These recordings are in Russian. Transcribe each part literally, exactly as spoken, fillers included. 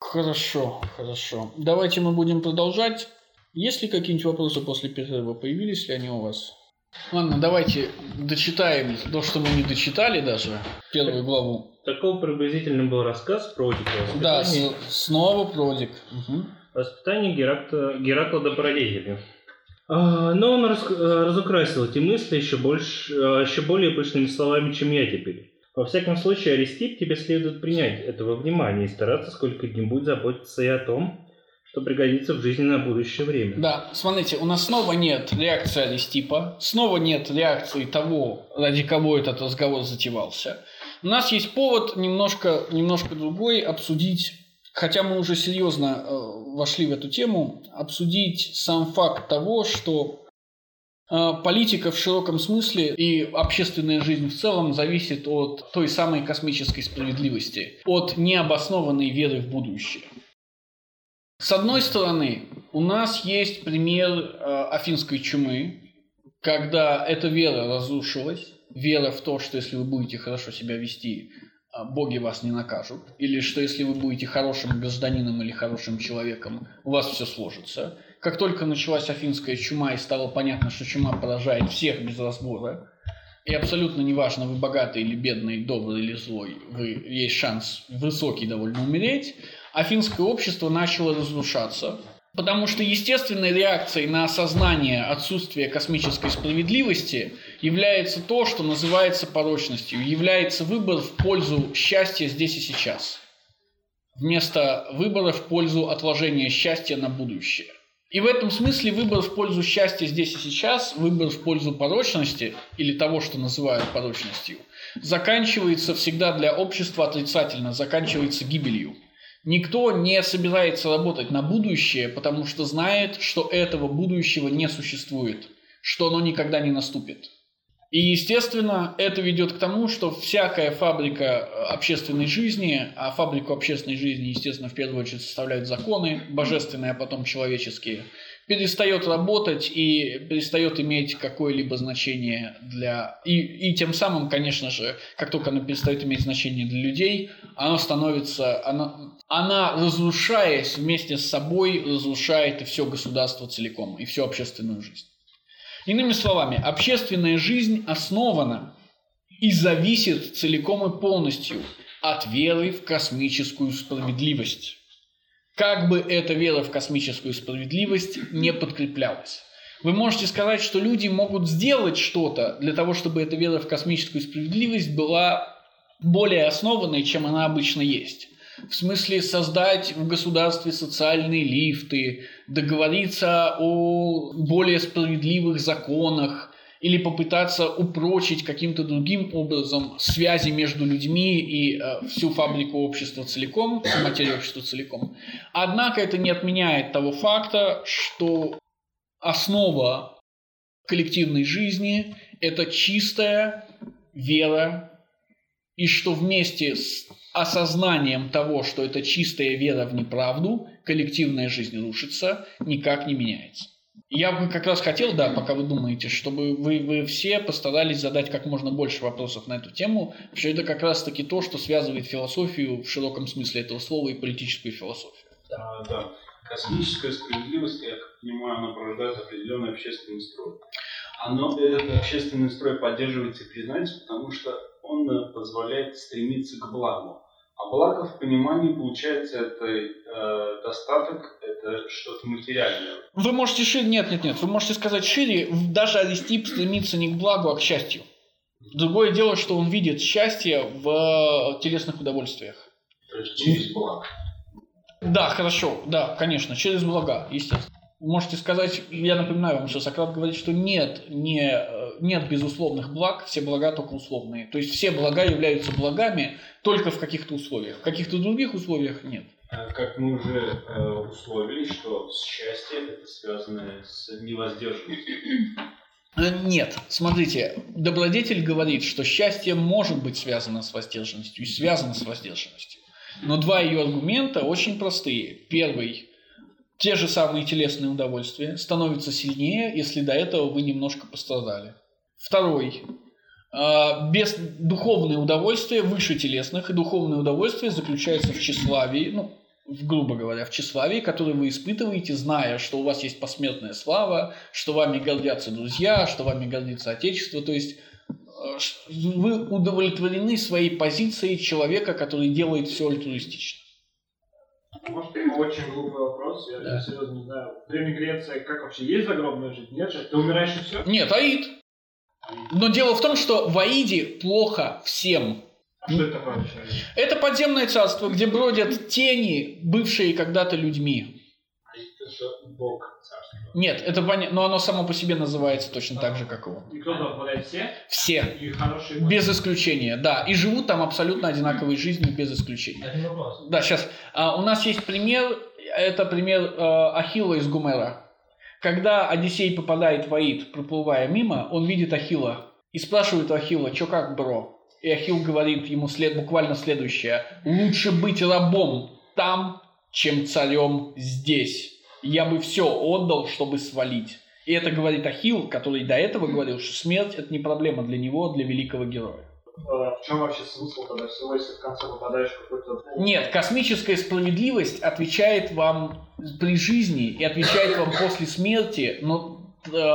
Хорошо, хорошо. Давайте мы будем продолжать. Есть ли какие-нибудь вопросы после перерыва? Появились ли они у вас? Ладно, давайте дочитаем то, что мы не дочитали даже, первую главу. Таков приблизительно был рассказ про Одика. Да, с- снова про Одик. Угу. Воспитание Геракла, Геракла добродетелью. А, но он раз, разукрасил эти мысли еще, больше, еще более пышными словами, чем я теперь. Во всяком случае, Аристип, тебе следует принять этого внимания и стараться сколько-нибудь заботиться и о том, что пригодится в жизни на будущее время. Да, смотрите, у нас снова нет реакции Аристипа, снова нет реакции того, ради кого этот разговор затевался. У нас есть повод немножко, немножко другой обсудить, хотя мы уже серьезно э, вошли в эту тему, обсудить сам факт того, что э, политика в широком смысле и общественная жизнь в целом зависит от той самой космической справедливости, от необоснованной веры в будущее. С одной стороны, у нас есть пример э, афинской чумы, когда эта вера разрушилась, вера в то, что если вы будете хорошо себя вести, э, боги вас не накажут, или что если вы будете хорошим гражданином или хорошим человеком, у вас все сложится. Как только началась афинская чума и стало понятно, что чума поражает всех без разбора, и абсолютно неважно, вы богатый или бедный, добрый или злой, вы, есть шанс высокий довольно умереть, афинское общество начало разрушаться, потому что естественной реакцией на осознание отсутствия космической справедливости является то, что называется порочностью, является выбор в пользу счастья здесь и сейчас, вместо выбора в пользу отложения счастья на будущее. И в этом смысле выбор в пользу счастья здесь и сейчас, выбор в пользу порочности, или того, что называют порочностью, заканчивается всегда для общества отрицательно, заканчивается гибелью. Никто не собирается работать на будущее, потому что знает, что этого будущего не существует, что оно никогда не наступит. И, естественно, это ведет к тому, что всякая фабрика общественной жизни, а фабрику общественной жизни, естественно, в первую очередь составляют законы, божественные, а потом человеческие, перестает работать и перестает иметь какое-либо значение для... И, и тем самым, конечно же, как только она перестает иметь значение для людей, она становится... Она, она, разрушаясь вместе с собой, разрушает и все государство целиком, и всю общественную жизнь. Иными словами, общественная жизнь основана и зависит целиком и полностью от веры в космическую справедливость. Как бы эта вера в космическую справедливость не подкреплялась. Вы можете сказать, что люди могут сделать что-то для того, чтобы эта вера в космическую справедливость была более основанной, чем она обычно есть. В смысле создать в государстве социальные лифты, договориться о более справедливых законах или попытаться упрочить каким-то другим образом связи между людьми и э, всю фабрику общества целиком, всю материю общества целиком. Однако это не отменяет того факта, что основа коллективной жизни – это чистая вера, и что вместе с осознанием того, что это чистая вера в неправду, коллективная жизнь рушится, никак не меняется. Я бы как раз хотел, да, пока вы думаете, чтобы вы, вы все постарались задать как можно больше вопросов на эту тему, потому что это как раз-таки то, что связывает философию в широком смысле этого слова и политическую философию. Да, да. Космическая справедливость, я как понимаю, она порождает определенный общественный строй. Оно, этот общественный строй поддерживается и признается, потому что он позволяет стремиться к благу. А благо в понимании, получается, это э, достаток, это что-то материальное. Вы можете шире, нет, нет, нет, вы можете сказать шире, даже Аристип стремится не к благу, а к счастью. Другое дело, что он видит счастье в телесных удовольствиях. То есть через благо. Да, хорошо, да, конечно, через блага, естественно. Можете сказать, я напоминаю вам, что Сократ говорит, что нет, не, нет безусловных благ, все блага только условные. То есть все блага являются благами только в каких-то условиях. В каких-то других условиях нет. Как мы уже э, условили, что счастье это связано с невоздержанностью. Нет, смотрите, добродетель говорит, что счастье может быть связано с воздержанностью и связано с воздержанностью. Но два ее аргумента очень простые. Первый. Те же самые телесные удовольствия становятся сильнее, если до этого вы немножко пострадали. Второй. Без духовные удовольствия выше телесных, и духовное удовольствие заключается в тщеславии, ну, грубо говоря, в тщеславии, которое вы испытываете, зная, что у вас есть посмертная слава, что вами гордятся друзья, что вами гордится Отечество. То есть вы удовлетворены своей позицией человека, который делает все альтруистично. Может, очень глупый вопрос, я да. серьезно не знаю. В Древней Греции как вообще есть загробная жизнь? Нет же? Ты умираешь и все? Нет, аид. Но дело в том, что в Аиде плохо всем. А что это такое вообще? Это подземное царство, где бродят тени, бывшие когда-то людьми. Аид это бог царства. Нет, это понятно, но оно само по себе называется точно а, так же, как его. И кто туда попадает? Все? Все. И хорошие. Без исключения, да. И живут там абсолютно одинаковой жизнью, без исключения. Один вопрос. Да, сейчас. А, у нас есть пример, это пример а, Ахилла из Гомера. Когда Одиссей попадает в Аид, проплывая мимо, он видит Ахилла и спрашивает у Ахилла: «Чё как, бро?» И Ахилл говорит ему след, буквально следующее: «Лучше быть рабом там, чем царем здесь. Я бы все отдал, чтобы свалить». И это говорит Ахилл, который до этого говорил, что смерть – это не проблема для него, для великого героя. В чем вообще смысл тогда всего, если в конце попадаешь в какой-то... Нет, космическая справедливость отвечает вам при жизни и отвечает вам после смерти, но,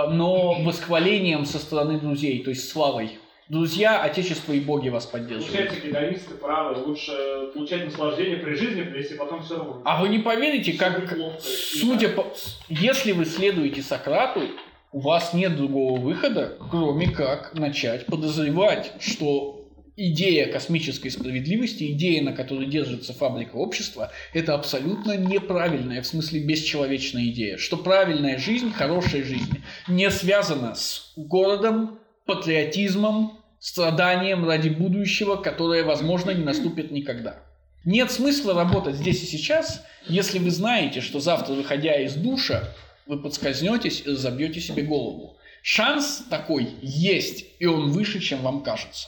но восхвалением со стороны друзей, то есть славой. Друзья, Отечество и боги вас поддерживают. Получается, гедонисты правы. Лучше получать наслаждение при жизни, если потом все равно... А вы не поверите, как, как судя по... Если вы следуете Сократу, у вас нет другого выхода, кроме как начать подозревать, что идея космической справедливости, идея, на которой держится фабрика общества, это абсолютно неправильная, в смысле бесчеловечная идея. Что правильная жизнь, хорошая жизнь не связана с городом, патриотизмом, страданием ради будущего, которое, возможно, не наступит никогда. Нет смысла работать здесь и сейчас, если вы знаете, что завтра, выходя из душа, вы подскользнетесь и разобьете себе голову. Шанс такой есть, и он выше, чем вам кажется.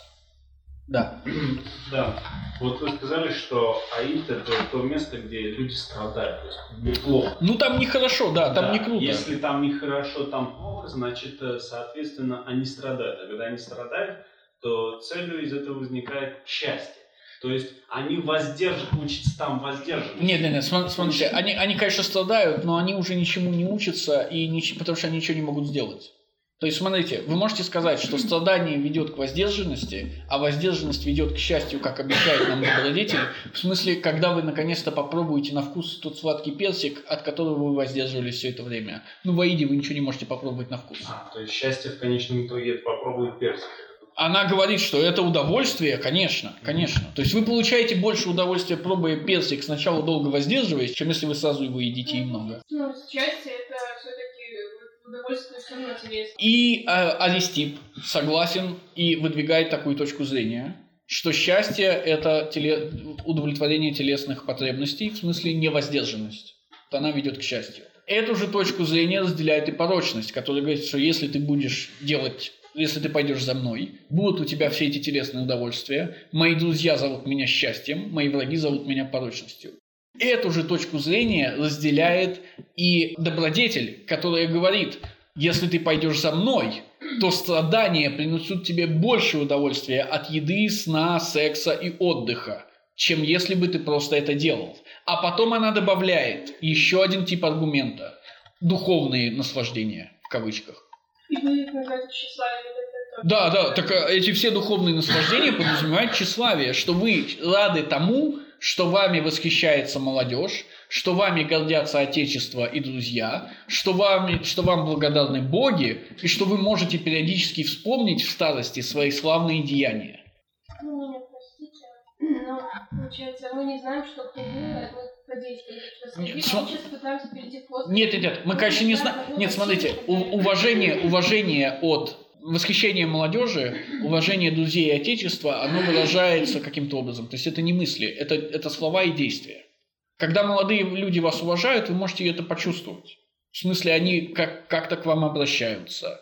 Да. Да. Вот вы сказали, что Аид – это то место, где люди страдают, то есть неплохо. Ну там нехорошо, да, там да. не круто. Если там нехорошо, там плохо, значит, соответственно, они страдают. А когда они страдают, то целью из этого возникает счастье. То есть они воздержат, учатся там воздерживаться. Нет, нет, нет, смотрите, они, они, конечно, страдают, но они уже ничему не учатся, и нич... потому что они ничего не могут сделать. То есть, смотрите, вы можете сказать, что страдание ведет к воздержанности, а воздержанность ведет к счастью, как обещает нам добродетель, в смысле, когда вы наконец-то попробуете на вкус тот сладкий персик, от которого вы воздерживались все это время. Ну, в Аиде вы ничего не можете попробовать на вкус. А, то есть счастье в конечном итоге это попробовать персик. Она говорит, что это удовольствие, конечно, конечно. То есть вы получаете больше удовольствия, пробуя персик, сначала долго воздерживаясь, чем если вы сразу его едите и много. Ну, счастье это все-таки удовольствие все равно интересно. И э, Аристип согласен и выдвигает такую точку зрения, что счастье – это теле... удовлетворение телесных потребностей, в смысле невоздержанность. Она ведет к счастью. Эту же точку зрения разделяет и порочность, которая говорит, что если ты будешь делать... Если ты пойдешь за мной, будут у тебя все эти телесные удовольствия, мои друзья зовут меня счастьем, мои враги зовут меня порочностью. Эту же точку зрения разделяет и добродетель, которая говорит, если ты пойдешь за мной, то страдания принесут тебе больше удовольствия от еды, сна, секса и отдыха, чем если бы ты просто это делал. А потом она добавляет еще один тип аргумента – духовные наслаждения, в кавычках. И вы их называете тщеславие. Да, да, так эти все духовные наслаждения подразумевают тщеславие, что вы рады тому, что вами восхищается молодежь, что вами гордятся Отечество и друзья, что, вами, что вам благодарны боги, и что вы можете периодически вспомнить в старости свои славные деяния. Ну, меня простите, но, получается, мы не знаем, что кто делает, мы подействуем. Нет, мы см... сейчас пытаемся перейти к плоскости. Нет, нет, нет, мы, конечно, не знаем. Нет, смотрите, уважение, уважение от... Восхищение молодежи, уважение друзей и Отечества, оно выражается каким-то образом. То есть это не мысли, это, это слова и действия. Когда молодые люди вас уважают, вы можете это почувствовать. В смысле, они как, как-то к вам обращаются.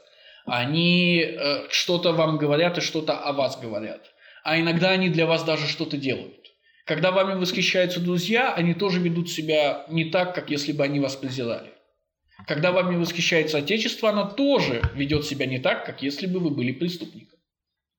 Они э, что-то вам говорят и что-то о вас говорят. А иногда они для вас даже что-то делают. Когда вами восхищаются друзья, они тоже ведут себя не так, как если бы они вас презирали. Когда вами восхищается Отечество, оно тоже ведет себя не так, как если бы вы были преступником.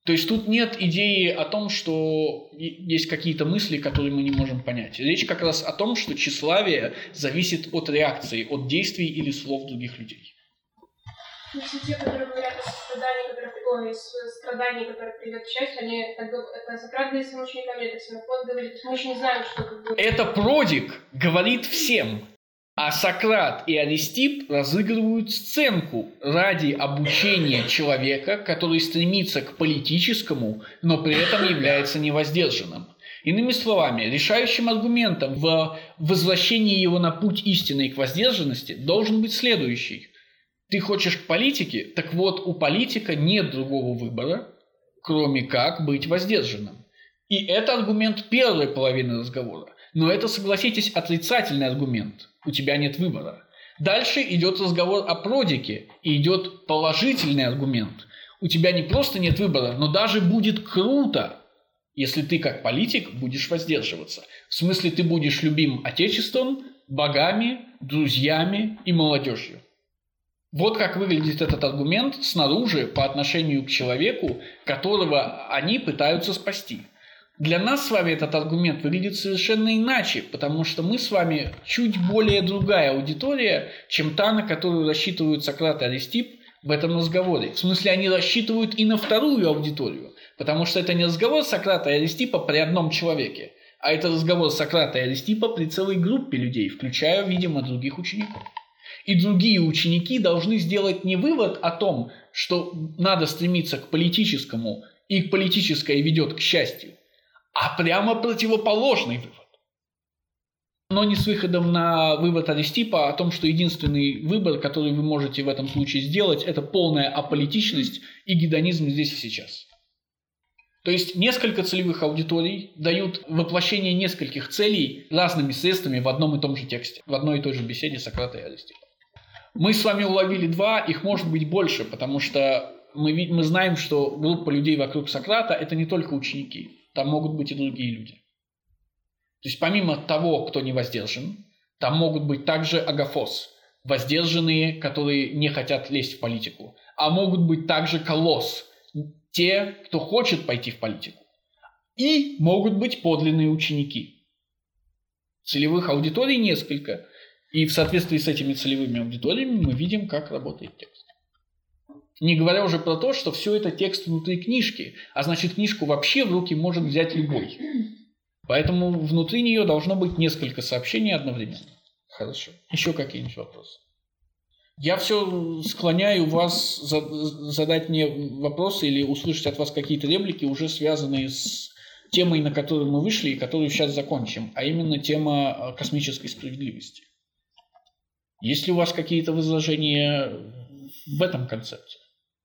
То есть тут нет идеи о том, что есть какие-то мысли, которые мы не можем понять. Речь как раз о том, что тщеславие зависит от реакции, от действий или слов других людей. Ну, все те, которые говорят о страдании, которые, ой, страдании, которые приведут к счастью, они, это Сократ говорит своим ученикам, это Ксенофонт говорит, то есть мы еще не знаем, что как бы... Это Продик говорит всем. А Сократ и Аристипп разыгрывают сценку ради обучения человека, который стремится к политическому, но при этом является невоздержанным. Иными словами, решающим аргументом в возвращении его на путь истины и к воздержанности должен быть следующий. Ты хочешь к политике? Так вот, у политика нет другого выбора, кроме как быть воздержанным. И это аргумент первой половины разговора. Но это, согласитесь, отрицательный аргумент. У тебя нет выбора. Дальше идет разговор о Продике, и идет положительный аргумент. У тебя не просто нет выбора, но даже будет круто, если ты как политик будешь воздерживаться. В смысле, ты будешь любим отечеством, богами, друзьями и молодежью. Вот как выглядит этот аргумент снаружи по отношению к человеку, которого они пытаются спасти. Для нас с вами этот аргумент выглядит совершенно иначе, потому что мы с вами чуть более другая аудитория, чем та, на которую рассчитывают Сократ и Аристипп в этом разговоре. В смысле, они рассчитывают и на вторую аудиторию, потому что это не разговор Сократа и Аристиппа при одном человеке, а это разговор Сократа и Аристиппа при целой группе людей, включая, видимо, других учеников. И другие ученики должны сделать не вывод о том, что надо стремиться к политическому, и политическое ведет к счастью, а прямо противоположный вывод. Но не с выходом на вывод Аристиппа о том, что единственный выбор, который вы можете в этом случае сделать, это полная аполитичность и гедонизм здесь и сейчас. То есть несколько целевых аудиторий дают воплощение нескольких целей разными средствами в одном и том же тексте, в одной и той же беседе Сократа и Аристиппа. Мы с вами уловили два, их может быть больше, потому что мы, мы знаем, что группа людей вокруг Сократа – это не только ученики. Там могут быть и другие люди. То есть помимо того, кто не воздержан, там могут быть также агофос, воздержанные, которые не хотят лезть в политику. А могут быть также колосс, те, кто хочет пойти в политику. И могут быть подлинные ученики. Целевых аудиторий несколько. И в соответствии с этими целевыми аудиториями мы видим, как работает текст. Не говоря уже про то, что все это текст внутри книжки, а значит, книжку вообще в руки может взять любой. Поэтому внутри нее должно быть несколько сообщений одновременно. Хорошо. Еще какие-нибудь вопросы? Я все склоняю вас задать мне вопросы или услышать от вас какие-то реплики, уже связанные с темой, на которую мы вышли и которую сейчас закончим, а именно тема космической справедливости. Есть ли у вас какие-то возражения в этом концепте?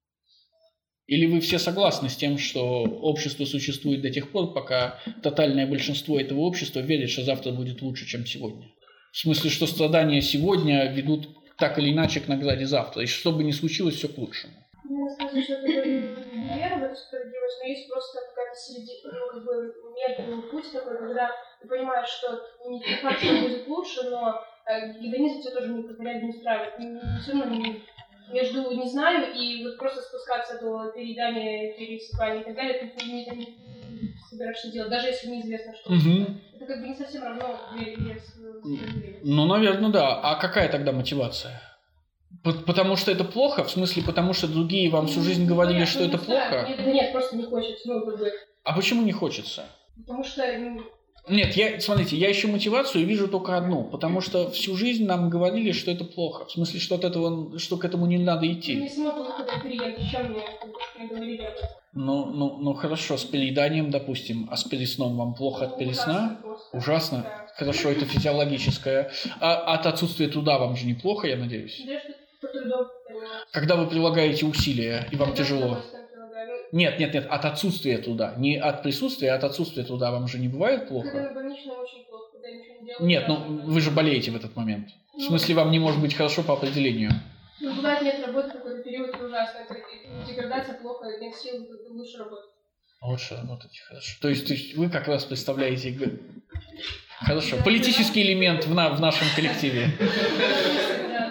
Или вы все согласны с тем, что общество существует до тех пор, пока тотальное большинство этого общества верит, что завтра будет лучше, чем сегодня? В смысле, что страдания сегодня ведут так или иначе к награде завтра, и что бы ни случилось, все к лучшему. Ну, сказать, что это вера в эту справедливость, но есть просто какая-то середина, ну, как бы медленный путь такой, когда ты понимаешь, что не факт, что будет лучше, но э, гедонизм тебя тоже не позволяет не устраивать. Все равно не... Между не знаю и вот просто спускаться до переедания, пересыпания и так далее, ты не, не, не собираешься делать, даже если неизвестно, что. Угу. Это как бы не совсем равно вере в справедливость. Ну, наверное, да. А какая тогда мотивация? Потому что это плохо? В смысле, потому что другие вам всю жизнь говорили, ну, что это плохо? Нет, да нет, просто не хочется. Ну, как бы... А почему не хочется? Потому что... Нет, я, смотрите, я ищу мотивацию и вижу только одну. Потому что всю жизнь нам говорили, что это плохо. В смысле, что, от этого, что к этому не надо идти. Не сама была, когда я перееду, еще мне, мне говорили об этом. Ну, ну, ну хорошо, с перееданием, допустим, а с пересном вам плохо ну, от пересна? Ужасно? Ужасно? Да. Хорошо, это физиологическое. А от отсутствия труда вам же неплохо, я надеюсь? Да, что по трудом. Когда вы прилагаете усилия, и вам тяжело. Нет, нет, нет, от отсутствия труда. Не от присутствия, а от отсутствия труда вам же не бывает плохо? Когда на больничном очень плохо, когда ничего не делаю. Нет, ну вы же болеете в этот момент. Ну, в смысле, вам не может быть хорошо по определению. Ну, бывает, нет работы, какой-то период, это ужасно. Это деградация плохо, нет сил, лучше работать. Лучше работать, хорошо. То есть, то есть вы как раз представляете... Хорошо, политический элемент в, на, в нашем коллективе.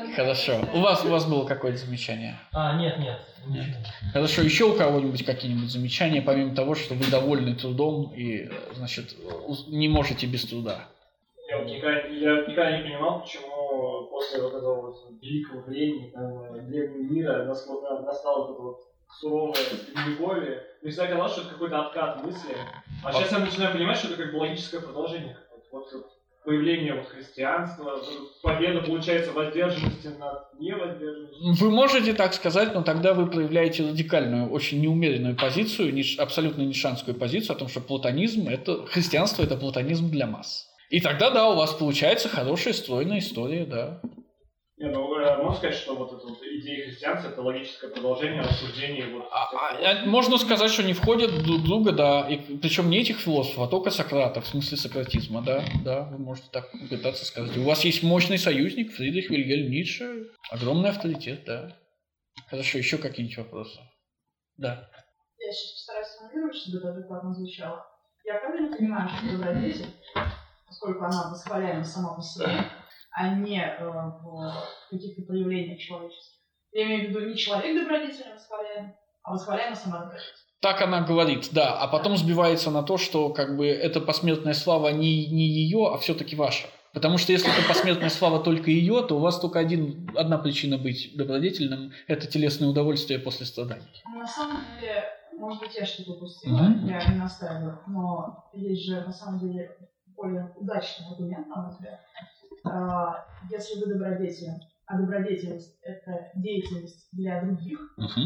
Хорошо. У вас, у вас было какое-то замечание? А, нет, нет. Нет. Хорошо. Еще у кого-нибудь какие-нибудь замечания, помимо того, что вы довольны трудом и, значит, не можете без труда? Я вот никогда, я никогда не понимал, почему после вот этого вот великого времени, там, древнего мира настало, настало вот это вот суровое средневековье. Мне всегда казалось, что это какой-то откат мысли. А сейчас я начинаю понимать, что это как бы логическое продолжение. Вот, вот появление вот христианства, победа, получается, воздержанности над невоздержанностью. Вы можете так сказать, но тогда вы проявляете радикальную, очень неумеренную позицию, абсолютно нишанскую позицию о том, что платонизм – это христианство, это платонизм для масс. И тогда, да, у вас получается хорошая, стройная история, да. Не, ну, можно сказать, что вот эта вот идея христианства – это логическое продолжение рассуждений. Вот, а, а, можно сказать, что они входят друг в друга, да. И, причем не этих философов, а только Сократа, в смысле сократизма, да. Да, вы можете так пытаться сказать. У вас есть мощный союзник, Фридрих Вильгельм Ницше, огромный авторитет, да. Хорошо, еще какие-нибудь вопросы? Да. Я сейчас постараюсь сформулировать, чтобы это адекватно звучало. Я правильно понимаю, что добродетель, поскольку она восхваляема сама по себе, а не э, в каких-то проявлениях человеческих. Я имею в виду не человек добродетельно восхваляем, а восхваляема сама добродетель. Так она говорит, да, а потом сбивается на то, что как бы эта посмертная слава не, не ее, а все-таки ваша. Потому что если это посмертная слава только ее, то у вас только один, одна причина быть добродетельным – это телесное удовольствие после страданий. На самом деле, может быть, я что-то упустила, mm-hmm. я не настаиваю, но есть же на самом деле более удачный аргумент, на мой взгляд. Если вы добродетелен, а добродетельность – это деятельность для других, uh-huh.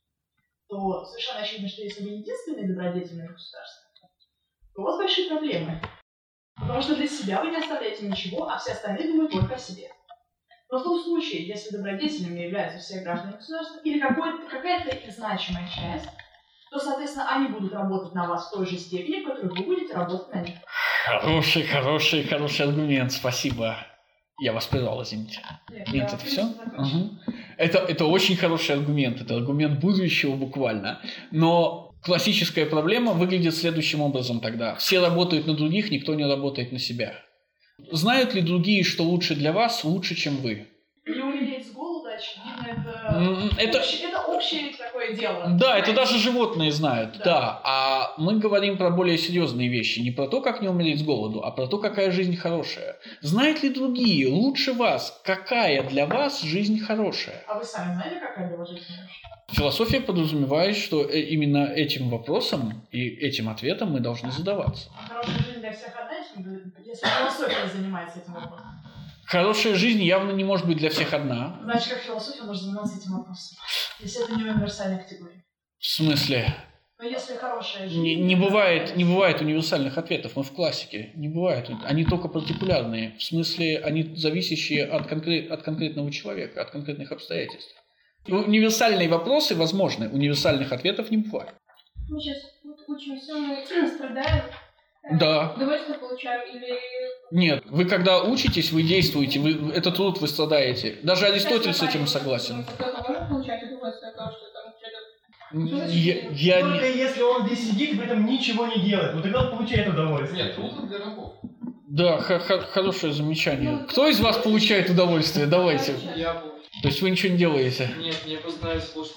то совершенно очевидно, что если вы единственный добродетельный в государстве, то у вас большие проблемы. Потому что для себя вы не оставляете ничего, а все остальные думают только о себе. Но в том случае, если добродетельными являются все граждане государства или какая-то их значимая часть, то, соответственно, они будут работать на вас в той же степени, в которой вы будете работать на них. Хороший, хороший, хороший аргумент, спасибо. Я вас прервал, извините. Нет, Нет да, это все? Угу. Это, это очень хороший аргумент, это аргумент будущего буквально. Но классическая проблема выглядит следующим образом тогда. Все работают на других, никто не работает на себя. Знают ли другие, что лучше для вас, лучше, чем вы? Не умереть с голода, очевидно, это, это... Общее, это общее такое дело. Да, знаете? Это даже животные знают, да. да. А мы говорим про более серьезные вещи. Не про то, как не умереть с голоду, а про то, какая жизнь хорошая. Знают ли другие, лучше вас, какая для вас жизнь хорошая? А вы сами знаете, какая для вас жизнь хорошая? Философия подразумевает, что именно этим вопросом и этим ответом мы должны задаваться. А хорошая жизнь для всех одна, если философия занимается этим вопросом? Хорошая жизнь явно не может быть для всех одна. Значит, как философия может заниматься этим вопросом, если это не универсальная категория? В смысле? Но если хорошая жизнь... Не, не, бывает, не бывает универсальных ответов, мы в классике. Не бывает. Они только партикулярные. В смысле, они зависящие от, конкрет, от конкретного человека, от конкретных обстоятельств. Универсальные вопросы возможны, универсальных ответов не бывает. Мы сейчас вот учимся, мы страдаем. Да. Удовольствие получаем или... Нет, вы когда учитесь, вы действуете, вы, это труд, вы страдаете. Даже Аристотель с этим согласен. Кто-то может получать удовольствие от того, что там что-то... Я, я Только не... если он здесь сидит и при этом ничего не делает, вот тогда он получает удовольствие. Нет, труд для рабов. Да, х- х- хорошее замечание. Кто из вас получает удовольствие? Давайте. Я получаю. То есть вы ничего не делаете? Нет, мне просто нравится слушать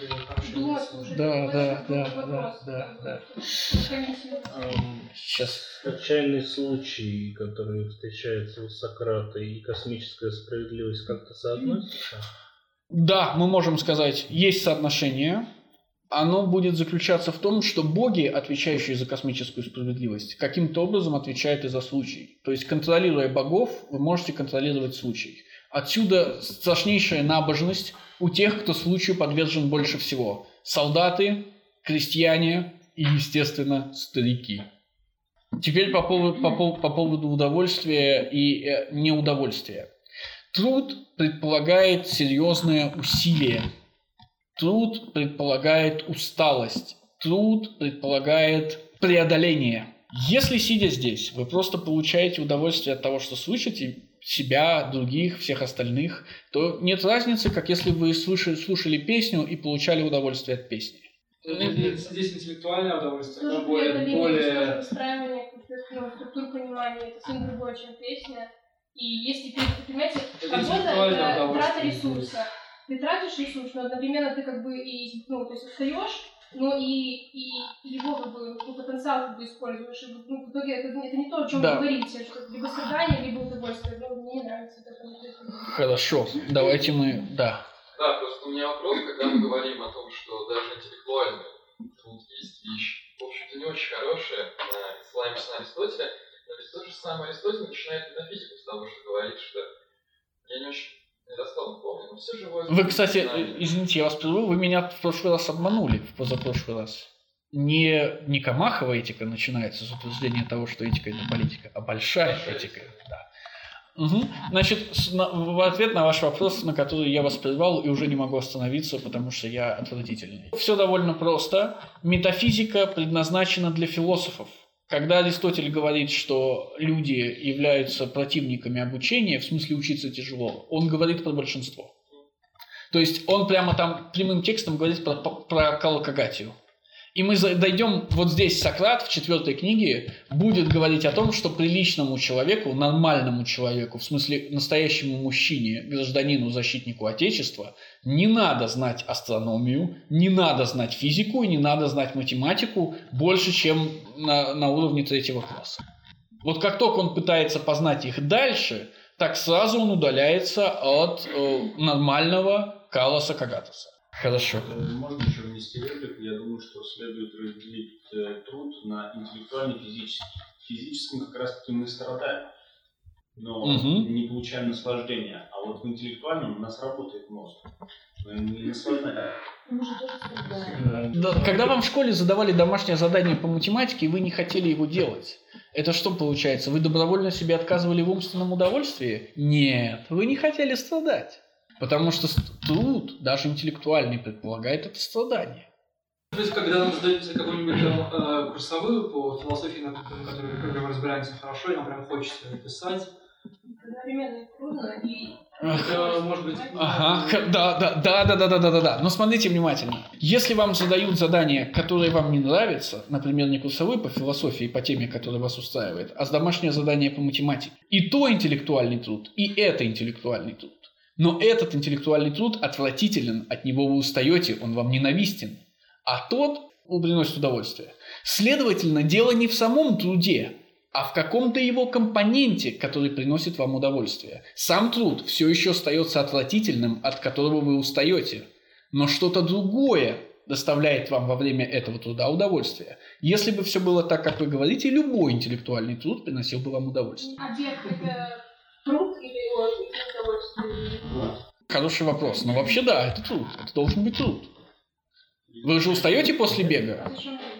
хорошие Да, да, да, да, да, да. Сейчас. Отчаянный случай, который встречается у Сократа, и космическая справедливость как-то соотносятся? Да, мы можем сказать, есть соотношение. Оно будет заключаться в том, что боги, отвечающие за космическую справедливость, каким-то образом отвечают и за случай. То есть, контролируя богов, вы можете контролировать случай. Отсюда страшнейшая набожность у тех, кто случаю подвержен больше всего. Солдаты, крестьяне и, естественно, старики. Теперь по поводу, по, по поводу удовольствия и э, неудовольствия. Труд предполагает серьезное усилие. Труд предполагает усталость. Труд предполагает преодоление. Если, сидя здесь, вы просто получаете удовольствие от того, что слышите себя, других, всех остальных, то нет разницы, как если вы слушали, слушали песню и получали удовольствие от песни. Здесь интеллектуальное удовольствие, Тоже да, более... более... более... Выстраивание структур понимания, это совсем другое, чем песня. И если ты, понимаете, Это работа интеллектуальное это трата удовольствие. ресурса. Ты тратишь ресурс, но одновременно ты как бы и, ну, то есть устаешь, но и, и его как бы, ну, потенциал как бы используешь. И, ну, в итоге это, это не то, о чем Да. вы говорите, что либо страдание, либо удовольствие. Ну, мне не нравится это. Хорошо, давайте мы... Да. Да, просто у меня вопрос, когда мы говорим о том, что даже интеллектуальный труд есть вещь, в общем-то, не очень хорошая, на ссылаемся на Аристотеля, но ведь тот же самый Аристотель начинает метафизику с того, что говорит, что я не очень недословно помню, но все живое... Вы, кстати, извините, я вас прерву, вы меня в прошлый раз обманули, в позапрошлый раз. Не, не Камахова этика начинается с утверждения того, что этика – это политика, а большая, большая этика. Да. Угу. Значит, в ответ на ваш вопрос, на который я вас прервал и уже не могу остановиться, потому что я отвратительный. Все довольно просто. Метафизика предназначена для философов. Когда Аристотель говорит, что люди являются противниками обучения, в смысле учиться тяжело, он говорит про большинство. То есть он прямо там прямым текстом говорит про, про колокогатию. И мы дойдем, вот здесь Сократ в четвертой книге будет говорить о том, что приличному человеку, нормальному человеку, в смысле настоящему мужчине, гражданину, защитнику Отечества, не надо знать астрономию, не надо знать физику и не надо знать математику больше, чем на, на уровне третьего класса. Вот как только он пытается познать их дальше, так сразу он удаляется от э, нормального Калоса Кагатоса. Хорошо. Можно еще внести реплику. Я думаю, что следует разделить э, труд на интеллектуальный и физический. В физическом как раз таки мы страдаем, но угу. не получаем наслаждения. А вот в интеллектуальном у нас работает мозг. Мы не наслаждаем. Да, когда вам в школе задавали домашнее задание по математике, и вы не хотели его делать, это что получается? Вы добровольно себе отказывали в умственном удовольствии? Нет, вы не хотели страдать. Потому что труд, даже интеллектуальный, предполагает это страдание. То есть, когда нам задают какую-нибудь э, курсовую по философии, на которой когда мы разбираемся хорошо, и нам прям хочется писать. Одновременно и трудно, и... Это может быть... Ага, да, да, да, да, да, да, да, да, да. Но смотрите внимательно. Если вам задают задание, которое вам не нравится, например, не курсовой по философии, по теме, которая вас устраивает, а домашнее задание по математике, и то интеллектуальный труд, и это интеллектуальный труд. Но этот интеллектуальный труд отвратителен, от него вы устаете, он вам ненавистен. А тот приносит удовольствие. Следовательно, дело не в самом труде, а в каком-то его компоненте, который приносит вам удовольствие. Сам труд все еще остается отвратительным, от которого вы устаете. Но что-то другое доставляет вам во время этого труда удовольствие. Если бы все было так, как вы говорите, любой интеллектуальный труд приносил бы вам удовольствие. Объект – это труд или удовольствие? Хороший вопрос. Но вообще да, это труд. Это должен быть труд. Вы же устаете после бега?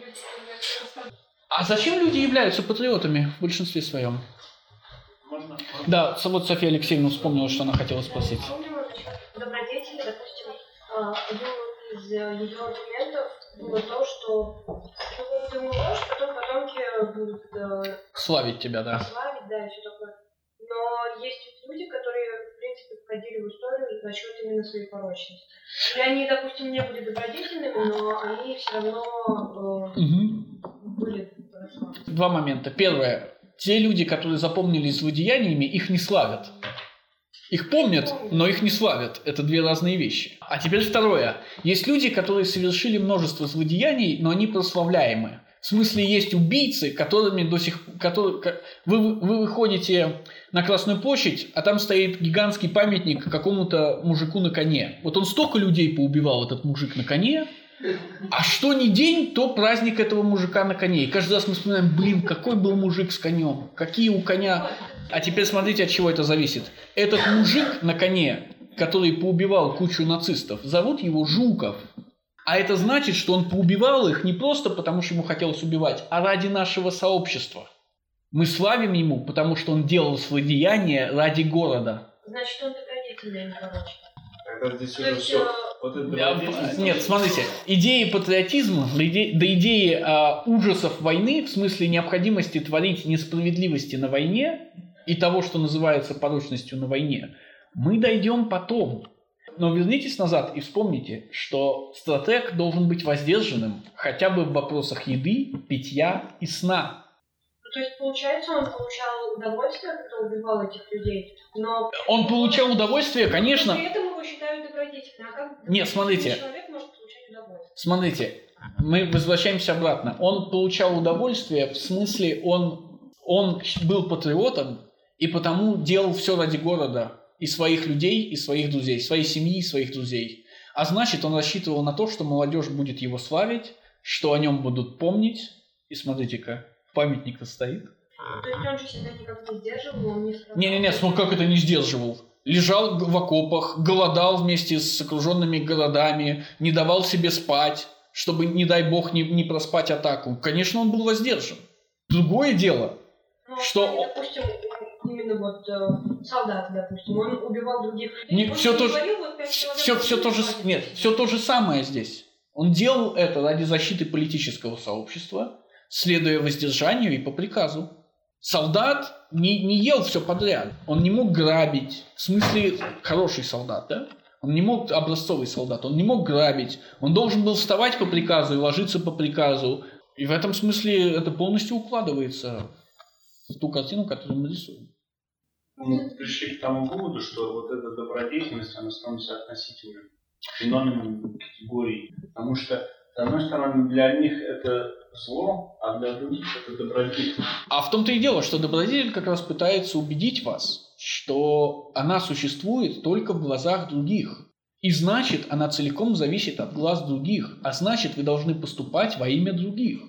А зачем люди являются патриотами в большинстве своем? Можно? Да, вот Софья Алексеевна вспомнила, что она хотела спросить. Добродетели, допустим, один из ее аргументов было то, что ты умрешь, потом потомки будут славить тебя, да. Славить, да, и все такое. Но есть люди, которые, в принципе, входили в историю за счет именно своей порочности. И они, допустим, не были добродетельными, но они все равно э, угу. были. Два момента. Первое. Те люди, которые запомнились злодеяниями, их не славят. Их помнят, но их не славят. Это две разные вещи. А теперь второе. Есть люди, которые совершили множество злодеяний, но они прославляемы. В смысле, есть убийцы, которыми до сих пор... Вы, вы выходите на Красную площадь, а там стоит гигантский памятник какому-то мужику на коне. Вот он столько людей поубивал, этот мужик на коне, а что ни день, то праздник этого мужика на коне. И каждый раз мы вспоминаем, блин, какой был мужик с конем, какие у коня... А теперь смотрите, от чего это зависит. Этот мужик на коне, который поубивал кучу нацистов, зовут его Жуков. А это значит, что он поубивал их не просто потому, что ему хотелось убивать, а ради нашего сообщества. Мы славим ему, потому что он делал злодеяния ради города. Значит, он добродетельный, короче. Тогда здесь уже все. Вот это Я, нет, смотрите, идеи патриотизма, до идеи, до идеи а, ужасов войны, в смысле необходимости творить несправедливости на войне и того, что называется порочностью на войне, мы дойдем потом. Но вернитесь назад и вспомните, что стратег должен быть воздержанным хотя бы в вопросах еды, питья и сна. То есть, получается, он получал удовольствие, когда убивал этих людей, но... Он получал удовольствие, конечно... При этом его считают добродетельным. А как Нет, смотрите. Человек может получать удовольствие? Смотрите, мы возвращаемся обратно. Он получал удовольствие, в смысле, он, он был патриотом, и потому делал все ради города, и своих людей, и своих друзей, своей семьи, и своих друзей. А значит, он рассчитывал на то, что молодежь будет его славить, что о нем будут помнить. И смотрите-ка, памятник-то стоит. То есть он же себя никак не сдерживал, он не страдал? Не-не-не, смотри, как это не сдерживал. Лежал в окопах, голодал вместе с окруженными городами, не давал себе спать, чтобы, не дай бог, не, не проспать атаку. Конечно, он был воздержан. Другое дело, ну, что... Допустим, именно вот э, солдат, допустим, он убивал других людей. Не, он все, не то, говорил, вот, все, все, все, то же, нет, все то же самое здесь. Он делал это ради защиты политического сообщества, следуя воздержанию и по приказу. Солдат не, не ел все подряд. Он не мог грабить. В смысле, хороший солдат, да? Он не мог, образцовый солдат, он не мог грабить. Он должен был вставать по приказу и ложиться по приказу. И в этом смысле это полностью укладывается в ту картину, которую мы рисуем. Мы пришли к тому выводу, что вот эта добродетельность, она становится относительным феноменом категории. Потому что, с одной стороны, для них это зло, а для других это добродетель. А в том-то и дело, что добродетель как раз пытается убедить вас, что она существует только в глазах других. И значит, она целиком зависит от глаз других. А значит, вы должны поступать во имя других.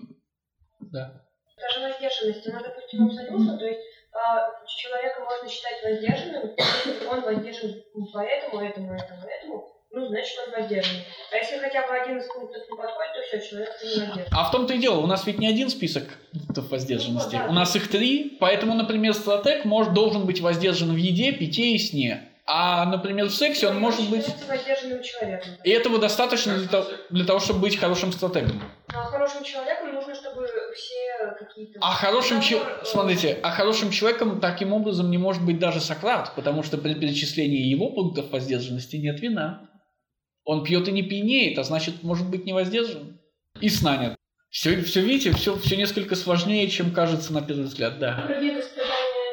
Да. Даже воздержанность, она, допустим, абсолютно, то есть э, человека можно считать воздержанным, если он воздержан поэтому, этому, этому, этому, ну, значит, он воздержанный. А если хотя бы один из пунктов не подходит, то все, человек не воздержан. А в том-то и дело, у нас ведь не один список пунктов воздержанности. Ну, да. У нас их три, поэтому, например, стратег может, должен быть воздержан в еде, питье и сне. А, например, в сексе он может быть... воздержанным человеком. И этого достаточно для того, для того, чтобы быть хорошим стратегом. А хорошим человеком нужно, чтобы все какие-то... А хорошим, че... Договор... Смотрите, а хорошим человеком таким образом не может быть даже Сократ, потому что при перечислении его пунктов воздержанности нет вина. Он пьет и не пьянеет, а значит, может быть не воздержан. И сна нет. Все, все видите, все, все несколько сложнее, чем кажется на первый взгляд, да. Про век страдания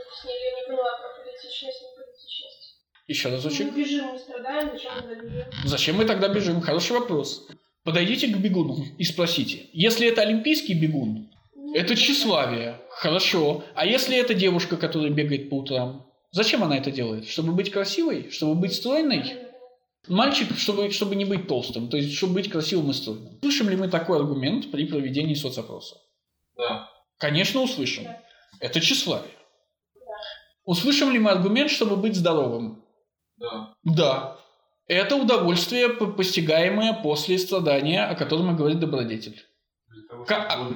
я не поняла, про политичность, не политичность. Еще разочек. Мы бежим, мы страдаем, зачем мы бежим? Зачем мы тогда бежим? Хороший вопрос. Подойдите к бегуну и спросите. Если это олимпийский бегун, это тщеславие. Хорошо. А если это девушка, которая бегает по утрам? Зачем она это делает? Чтобы быть красивой? Чтобы быть стройной? Мальчик, чтобы, чтобы не быть толстым, то есть, чтобы быть красивым и стройным. Слышим ли мы такой аргумент при проведении соцопроса? Да. Конечно, услышим. Да. Это тщеславие. Да. Услышим ли мы аргумент, чтобы быть здоровым? Да. Да. Это удовольствие, постигаемое после страдания, о котором и говорит добродетель. Как...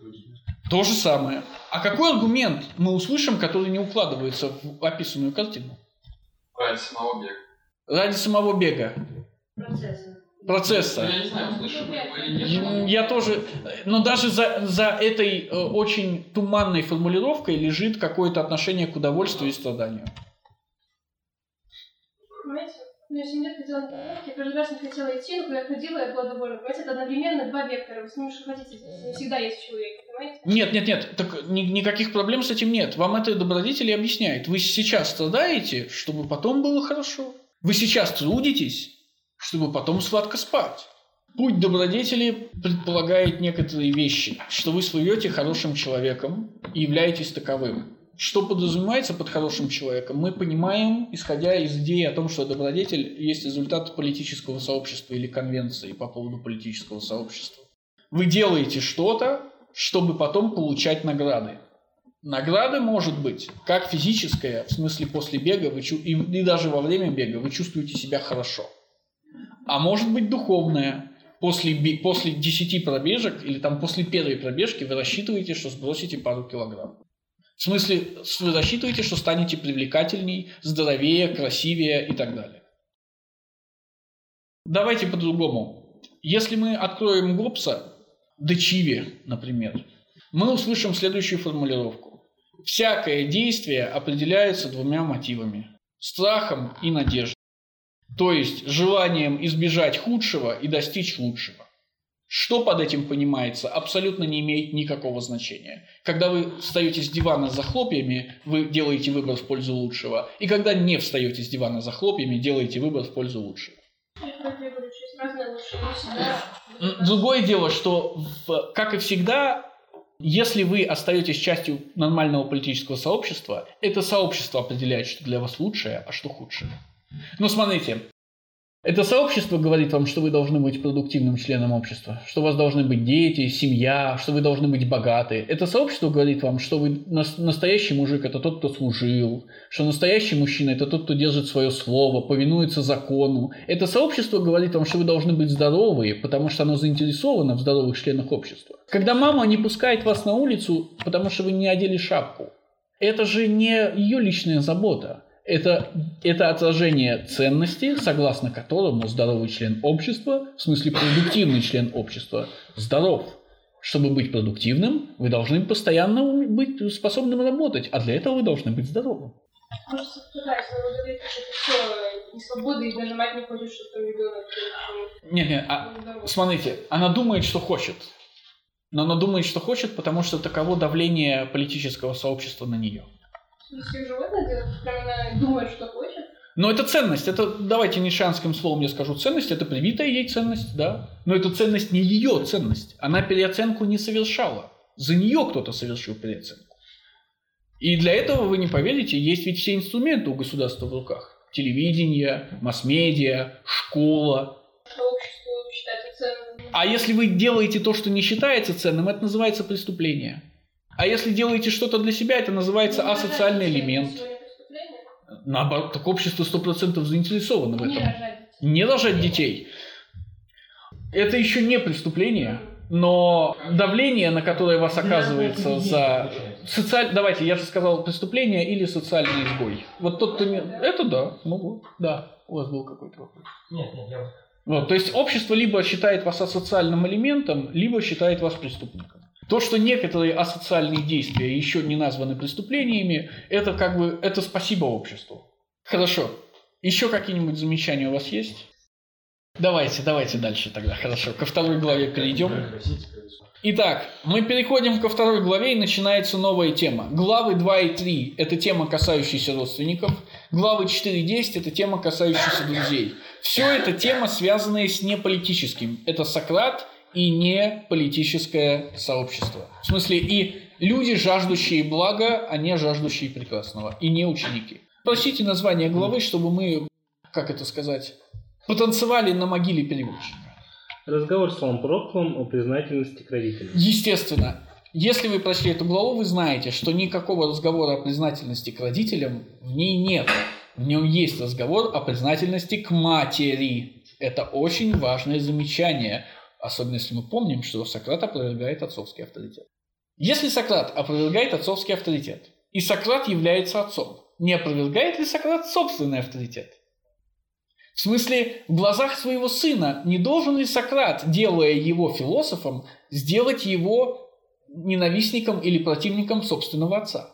То же самое. А какой аргумент мы услышим, который не укладывается в описанную картину? Ради самого бега. Ради самого бега. Процесса. Процесса. Я не знаю, услышим мы его или нет. Я тоже... Но даже за, за этой э, очень туманной формулировкой лежит какое-то отношение к удовольствию и страданию. Понимаете? У меня семь лет ходила на тренировки, я каждый раз не хотела идти, но когда я ходила, я была довольна. Понимаете, это одновременно два вектора. Вы с ними что хотите, не всегда есть в человеке, понимаете? Нет, нет, нет, так ни, никаких проблем с этим нет. Вам это добродетель объясняет. Вы сейчас страдаете, чтобы потом было хорошо. Вы сейчас трудитесь, чтобы потом сладко спать. Путь добродетели предполагает некоторые вещи, что вы слывете хорошим человеком и являетесь таковым. Что подразумевается под хорошим человеком, мы понимаем, исходя из идеи о том, что добродетель есть результат политического сообщества или конвенции по поводу политического сообщества. Вы делаете что-то, чтобы потом получать награды. Награда может быть как физическая, в смысле после бега, вы чу- и, и даже во время бега вы чувствуете себя хорошо. А может быть духовная. После, после десяти пробежек или там после первой пробежки вы рассчитываете, что сбросите пару килограмм. В смысле, вы рассчитываете, что станете привлекательней, здоровее, красивее и так далее. Давайте по-другому. Если мы откроем Гоббса, де Чиве, например, мы услышим следующую формулировку. Всякое действие определяется двумя мотивами – страхом и надеждой. То есть желанием избежать худшего и достичь лучшего. Что под этим понимается, абсолютно не имеет никакого значения. Когда вы встаете с дивана за хлопьями, вы делаете выбор в пользу лучшего. И когда не встаете с дивана за хлопьями, делаете выбор в пользу лучшего. Другое дело, что, в, как и всегда, если вы остаетесь частью нормального политического сообщества, это сообщество определяет, что для вас лучшее, а что худшее. Ну, смотрите. Это сообщество говорит вам, что вы должны быть продуктивным членом общества, что у вас должны быть дети, семья, что вы должны быть богаты. Это сообщество говорит вам, что вы настоящий мужик – это тот, кто служил, что настоящий мужчина – это тот, кто держит свое слово, повинуется закону. Это сообщество говорит вам, что вы должны быть здоровы, потому что оно заинтересовано в здоровых членах общества. Когда мама не пускает вас на улицу, потому что вы не одели шапку, это же не ее личная забота. Это, это отражение ценности, согласно которому здоровый член общества, в смысле продуктивный член общества, здоров. Чтобы быть продуктивным, вы должны постоянно быть способным работать, а для этого вы должны быть здоровым. Может, да, если вы говорите, что это все не свобода, и даже мать не хочет, чтобы там ребенок... Нет, нет, а, смотрите, она думает, что хочет. Но она думает, что хочет, потому что таково давление политического сообщества на нее. Если животное делает, прям она думает, что хочет. Но это ценность. Это, давайте нишанским словом я скажу, ценность – это привитая ей ценность, да. Но эта ценность не ее ценность. Она переоценку не совершала. За нее кто-то совершил переоценку. И для этого, вы не поверите, есть ведь все инструменты у государства в руках. Телевидение, масс-медиа, школа. Общество считается ценным. А если вы делаете то, что не считается ценным, это называется преступление. А если делаете что-то для себя, это называется ну, асоциальный элемент. Наоборот, так общество сто процентов заинтересовано в этом. Не рожать детей. Не рожать детей. Это еще не преступление, но давление, на которое вас оказывается за... Социаль... Давайте, я же сказал преступление или социальный изгой. Вот тот, кто... Это да, ну вот, да. У вас был какой-то вопрос. Нет, нет, я... Вот, то есть общество либо считает вас асоциальным элементом, либо считает вас преступником. То, что некоторые асоциальные действия еще не названы преступлениями, это как бы это спасибо обществу. Хорошо. Еще какие-нибудь замечания у вас есть? Давайте, давайте дальше тогда. Хорошо. Ко второй главе перейдем. Итак, мы переходим ко второй главе, и начинается новая тема. Главы два и три – это тема, касающаяся родственников. Главы четыре и десять – это тема, касающаяся друзей. Все это тема, связанная с неполитическим. Это Сократ и не политическое сообщество. В смысле, и люди, жаждущие блага, а не жаждущие прекрасного. И не ученики. Прочтите название главы, чтобы мы, как это сказать, потанцевали на могиле переводчика. Разговор с Лампроклом о признательности к родителям. Естественно. Если вы прочли эту главу, вы знаете, что никакого разговора о признательности к родителям в ней нет. В нем есть разговор о признательности к матери. Это очень важное замечание. Особенно если мы помним, что Сократ опровергает отцовский авторитет. Если Сократ опровергает отцовский авторитет, и Сократ является отцом, не опровергает ли Сократ собственный авторитет? В смысле, в глазах своего сына не должен ли Сократ, делая его философом, сделать его ненавистником или противником собственного отца?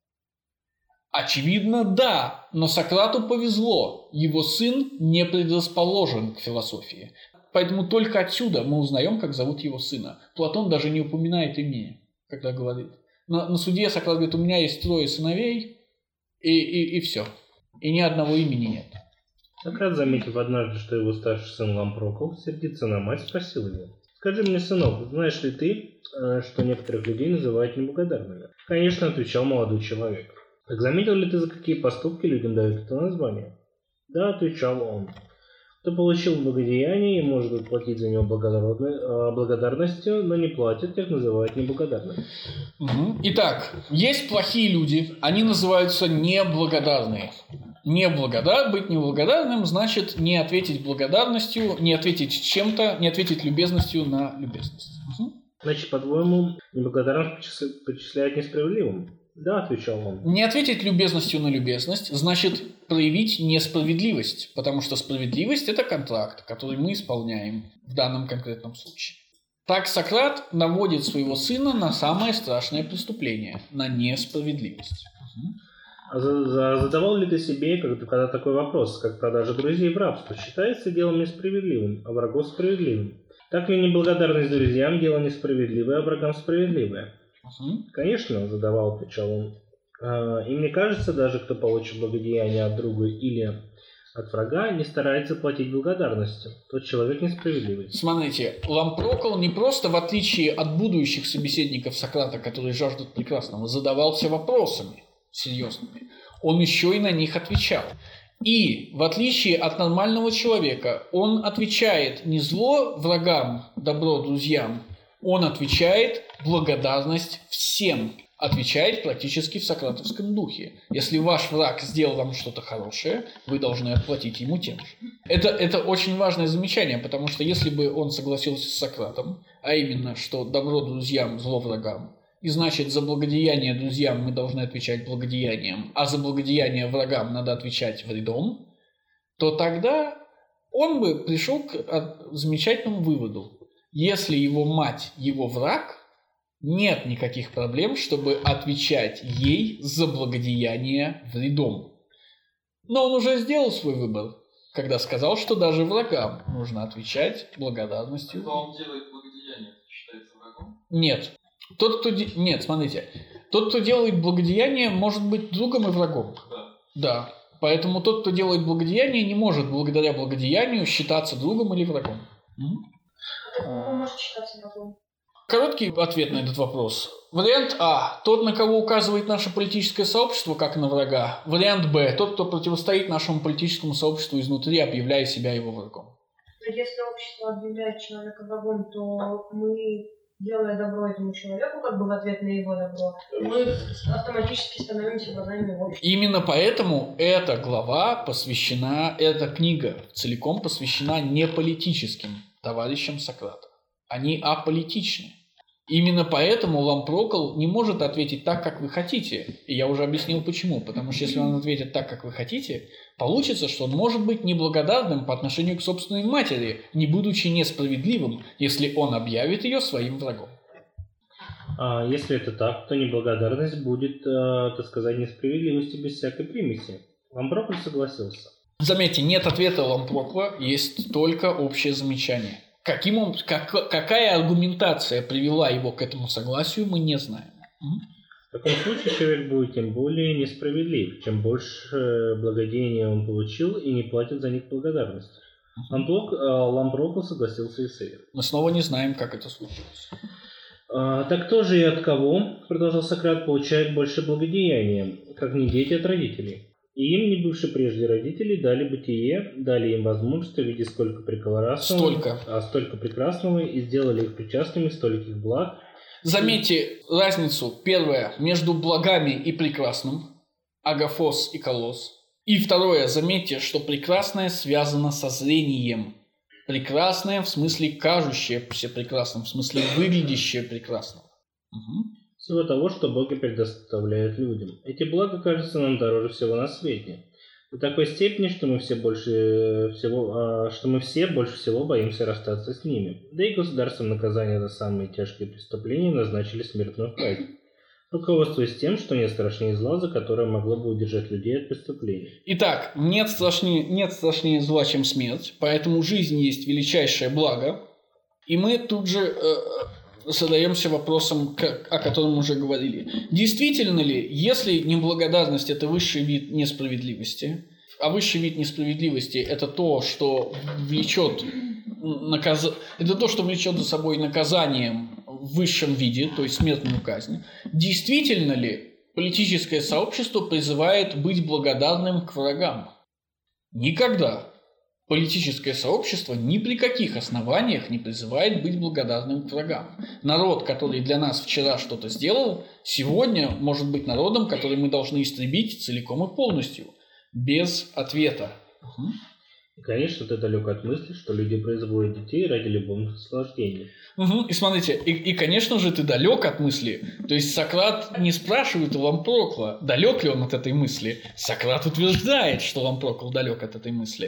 Очевидно, да, но Сократу повезло, его сын не предрасположен к философии. Поэтому только отсюда мы узнаем, как зовут его сына. Платон даже не упоминает имени, когда говорит. На, на суде Сократ говорит, у меня есть трое сыновей, и, и, и все. И ни одного имени нет. Сократ, заметив однажды, что его старший сын Лампрокл сердится на мать, спросил ее: «Скажи мне, сынок, знаешь ли ты, что некоторых людей называют неблагодарными?» «Конечно», — отвечал молодой человек. «Так заметил ли ты, за какие поступки людям дают это название?» «Да», — отвечал он. «Кто получил благодеяние и может платить за него благодарностью, но не платит, тех называют неблагодарными». Угу. Итак, есть плохие люди, они называются неблагодарные. Неблагодар, быть неблагодарным значит не ответить благодарностью, не ответить чем-то, не ответить любезностью на любезность. Угу. Значит, по-твоему, неблагодарность причисляют несправедливым? «Да», — отвечал он. Не ответить любезностью на любезность значит проявить несправедливость, потому что справедливость – это контракт, который мы исполняем в данном конкретном случае. Так Сократ наводит своего сына на самое страшное преступление – на несправедливость. А задавал ли ты себе когда такой вопрос, как продажа друзей в рабство, считается делом несправедливым, а врагов справедливым? Так ли неблагодарность друзьям дело несправедливое, а врагам справедливое? Угу. Конечно, задавал, отвечал он. А, и мне кажется, даже кто получит благодеяние от друга или от врага, не старается платить благодарностью. Тот человек несправедливый. Смотрите, Лампрокл не просто, в отличие от будущих собеседников Сократа, которые жаждут прекрасного, задавался вопросами серьезными. Он еще и на них отвечал. И, в отличие от нормального человека, он отвечает не зло врагам, добро друзьям, он отвечает благодарность всем. Отвечает практически в сократовском духе. Если ваш враг сделал вам что-то хорошее, вы должны отплатить ему тем же. Это, это очень важное замечание, потому что если бы он согласился с Сократом, а именно, что добро друзьям, зло врагам, и значит, за благодеяние друзьям мы должны отвечать благодеянием, а за благодеяние врагам надо отвечать вредом, то тогда он бы пришел к замечательному выводу. Если его мать его враг, нет никаких проблем, чтобы отвечать ей за благодеяние вредом. Но он уже сделал свой выбор, когда сказал, что даже врагам нужно отвечать благодарностью. Когда он делает благодеяние, это считается врагом? Нет. Тот, кто де... Нет, смотрите. Тот, кто делает благодеяние, может быть другом и врагом. Да. Да. Поэтому тот, кто делает благодеяние, не может благодаря благодеянию считаться другом или врагом. Он может считаться врагом. Короткий ответ на этот вопрос. Вариант А. Тот, на кого указывает наше политическое сообщество, как на врага. Вариант Б. Тот, кто противостоит нашему политическому сообществу изнутри, объявляя себя его врагом. Если общество объявляет человека врагом, то мы, делая добро этому человеку, как бы в ответ на его добро, мы автоматически становимся врагами его общества. Именно поэтому эта глава посвящена, эта книга целиком посвящена не политическим товарищам Сократа. Они аполитичны. Именно поэтому Лампрокл не может ответить так, как вы хотите. И я уже объяснил почему. Потому что если он ответит так, как вы хотите, получится, что он может быть неблагодарным по отношению к собственной матери, не будучи несправедливым, если он объявит ее своим врагом. А если это так, то неблагодарность будет, э, так сказать, несправедливостью без всякой примеси. Лампрокл согласился. Заметьте, нет ответа Лампрокла, есть только общее замечание. Каким он, как, какая аргументация привела его к этому согласию, мы не знаем. В таком случае человек будет тем более несправедлив, чем больше благодеяния он получил и не платит за них благодарность. Лампрокл согласился и с этим. Мы снова не знаем, как это случилось. А, так кто же и от кого, продолжал Сократ, получает больше благодеяния, как не дети от родителей? И им, не бывшие прежде родители, дали бытие, дали им возможность увидеть сколько прекрасного, столько. А столько прекрасного, и сделали их причастными стольких благ. Заметьте разницу, первое, между благами и прекрасным, агофос и колос. И второе, заметьте, что прекрасное связано со зрением. Прекрасное в смысле кажущееся прекрасным, в смысле выглядящее прекрасным. Угу. Всего того, что Боги предоставляют людям. Эти блага кажутся нам дороже всего на свете. До такой степени, что мы все больше всего, что мы все больше всего боимся расстаться с ними. Да и государством наказания за самые тяжкие преступления назначили смертную казнь, руководствуясь тем, что нет страшнее зла, за которое могло бы удержать людей от преступлений. Итак, нет страшнее, нет страшнее зла, чем смерть, поэтому жизнь есть величайшее благо. И мы тут же э, задаемся вопросом, о котором мы уже говорили. Действительно ли, если неблагодарность – это высший вид несправедливости, а высший вид несправедливости – это то, что влечет, наказ... это то, что влечет за собой наказанием в высшем виде, то есть смертную казнь, действительно ли политическое сообщество призывает быть благодарным к врагам? Никогда. Политическое сообщество ни при каких основаниях не призывает быть благодарным к врагам. Народ, который для нас вчера что-то сделал, сегодня может быть народом, который мы должны истребить целиком и полностью, без ответа. Угу. И, конечно, ты далек от мысли, что люди производят детей ради любовных наслаждений. Угу. И смотрите, и, и, конечно же, ты далек от мысли. То есть Сократ не спрашивает у Лампрокла, далек ли он от этой мысли. Сократ утверждает, что Лампрокл далек от этой мысли.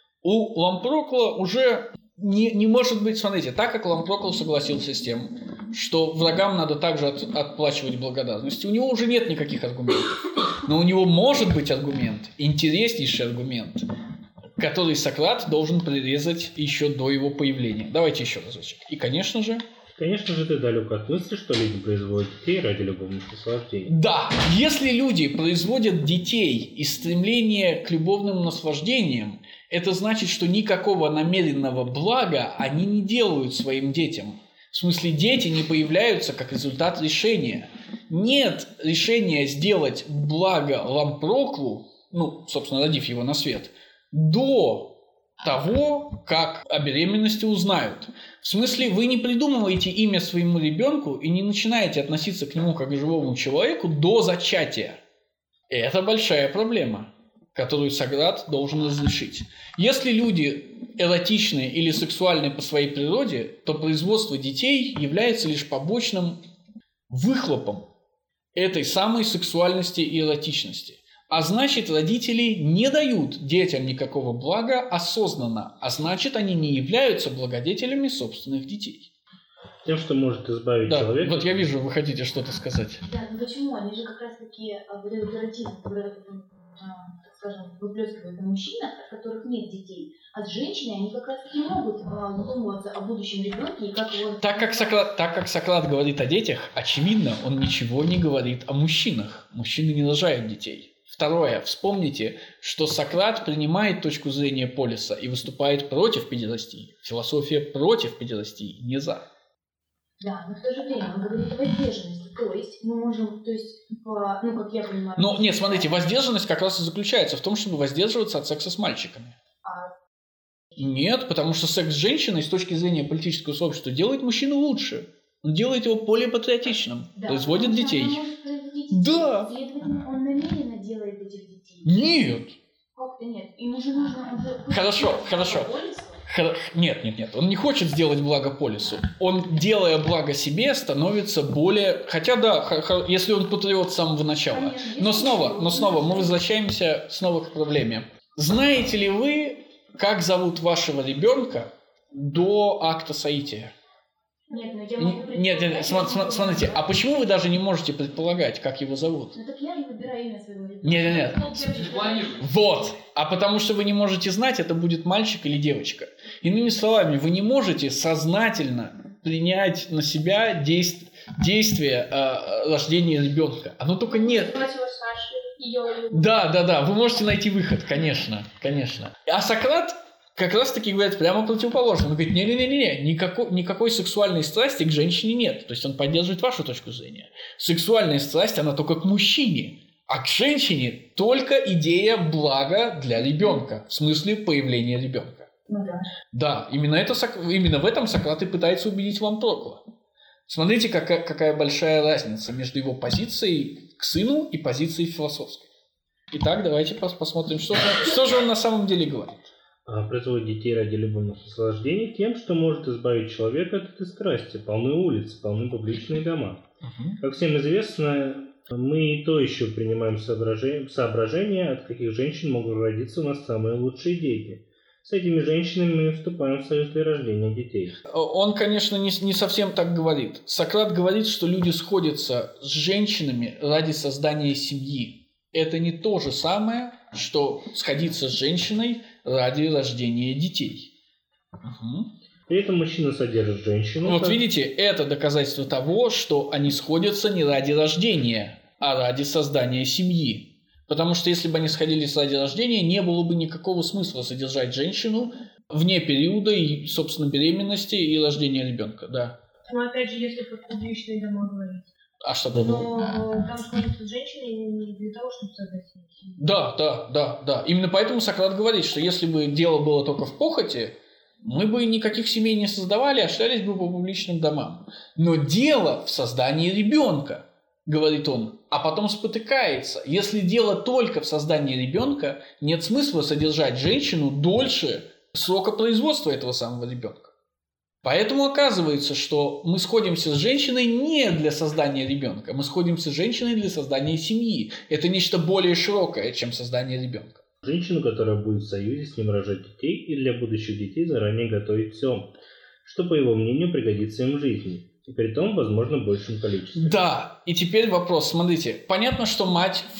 У Лампрокла уже не, не может быть, смотрите, так как Лампрокл согласился с тем, что врагам надо также от, отплачивать благодарность, у него уже нет никаких аргументов. Но у него может быть аргумент, интереснейший аргумент, который Сократ должен прирезать еще до его появления. Давайте еще разочек. И, конечно же... Конечно же, ты далек от мысли, что люди производят детей ради любовных наслаждений. Да, если люди производят детей из стремления к любовным наслаждениям, это значит, что никакого намеренного блага они не делают своим детям. В смысле, дети не появляются как результат решения. Нет решения сделать благо Лампроклу, ну, собственно, родив его на свет, до того, как о беременности узнают. В смысле, вы не придумываете имя своему ребенку и не начинаете относиться к нему как к живому человеку до зачатия. И это большая проблема, которую Сократ должен разрешить. Если люди эротичны или сексуальны по своей природе, то производство детей является лишь побочным выхлопом этой самой сексуальности и эротичности. А значит, родители не дают детям никакого блага осознанно, а значит, они не являются благодетелями собственных детей. Тем, что может избавить да, человека... Вот я вижу, вы хотите что-то сказать. Да, ну почему? Они же как раз таки вот этот эротизм, который, так скажем, выплескивают на мужчинах, от которых нет детей. А с женщиной они как раз таки могут задумываться о будущем ребенке и как его... Так как, Сократ, так как Сократ говорит о детях, очевидно, он ничего не говорит о мужчинах. Мужчины не рожают детей. Второе. Вспомните, что Сократ принимает точку зрения Полиса и выступает против педерастии. Философия против педерастии, не за. Да, но в то же время он говорит о воздержанности. То есть мы можем, то есть, по, ну, как я понимаю... Ну, нет, смотрите, воздержанность как раз и заключается в том, чтобы воздерживаться от секса с мальчиками. А... Нет, потому что секс с женщиной с точки зрения политического сообщества делает мужчину лучше. Он делает его более патриотичным, да, производит детей. Да. Следовательно, он намеренно делает этих детей. Нет. Как-то нет. Ему же нужно... Хорошо, хорошо. Хор... Нет, нет, нет. Он не хочет сделать благо Полису. Он, делая благо себе, становится более... Хотя да, х... если он патриот с самого начала. Конечно, но снова, но снова мы возвращаемся снова к проблеме. Знаете ли вы, как зовут вашего ребенка до акта соития? Нет, но я могу Нет, нет, см- смотрите, а почему вы даже не можете предполагать, как его зовут? Ну так я же выбираю имя своего ребенка. Нет, нет, нет. Вот. А потому что вы не можете знать, это будет мальчик или девочка. Иными словами, вы не можете сознательно принять на себя действ- действие э, рождения ребенка. Оно только нет. Да, да, да. Вы можете найти выход, конечно, конечно. А Сократ как раз таки говорит прямо противоположно. Он говорит, не-не-не-не, никакой, никакой сексуальной страсти к женщине нет. То есть он поддерживает вашу точку зрения. Сексуальная страсть, она только к мужчине. А к женщине только идея блага для ребенка. В смысле появления ребенка. Ну да. Да, именно, это, именно в этом Сократ и пытается убедить Лампрокла. Смотрите, какая, какая большая разница между его позицией к сыну и позицией философской. Итак, давайте посмотрим, что же, что же он на самом деле говорит. Производит детей ради любовных наслаждений тем, что может избавить человека от этой страсти. Полны улицы, полны публичные дома. Uh-huh. Как всем известно, мы и то еще принимаем соображения, соображения, от каких женщин могут родиться у нас самые лучшие дети. С этими женщинами мы вступаем в союз для рождения детей. Он, конечно, не, не совсем так говорит. Сократ говорит, что люди сходятся с женщинами ради создания семьи. Это не то же самое, что сходиться с женщиной ради рождения детей. Угу. При этом мужчина содержит женщину. Вот видите, это доказательство того, что они сходятся не ради рождения, а ради создания семьи. Потому что если бы они сходились ради рождения, не было бы никакого смысла содержать женщину вне периода и, собственно, беременности и рождения ребенка. Да. Но опять же, если про публичные дома говорить. А что было? Но там сходятся с женщиной не для того, чтобы создать семью. Да, да, да, да. Именно поэтому Сократ говорит, что если бы дело было только в похоти, мы бы никаких семей не создавали, а шлялись бы по публичным домам. Но дело в создании ребенка, говорит он, а потом спотыкается. Если дело только в создании ребенка, нет смысла содержать женщину дольше срока производства этого самого ребенка. Поэтому оказывается, что мы сходимся с женщиной не для создания ребенка, мы сходимся с женщиной для создания семьи. Это нечто более широкое, чем создание ребенка. Женщину, которая будет в союзе с ним рожать детей и для будущих детей заранее готовить все, что, по его мнению, пригодится им в жизни. И при том, возможно, в большем количестве. Да, и теперь вопрос. Смотрите, понятно, что мать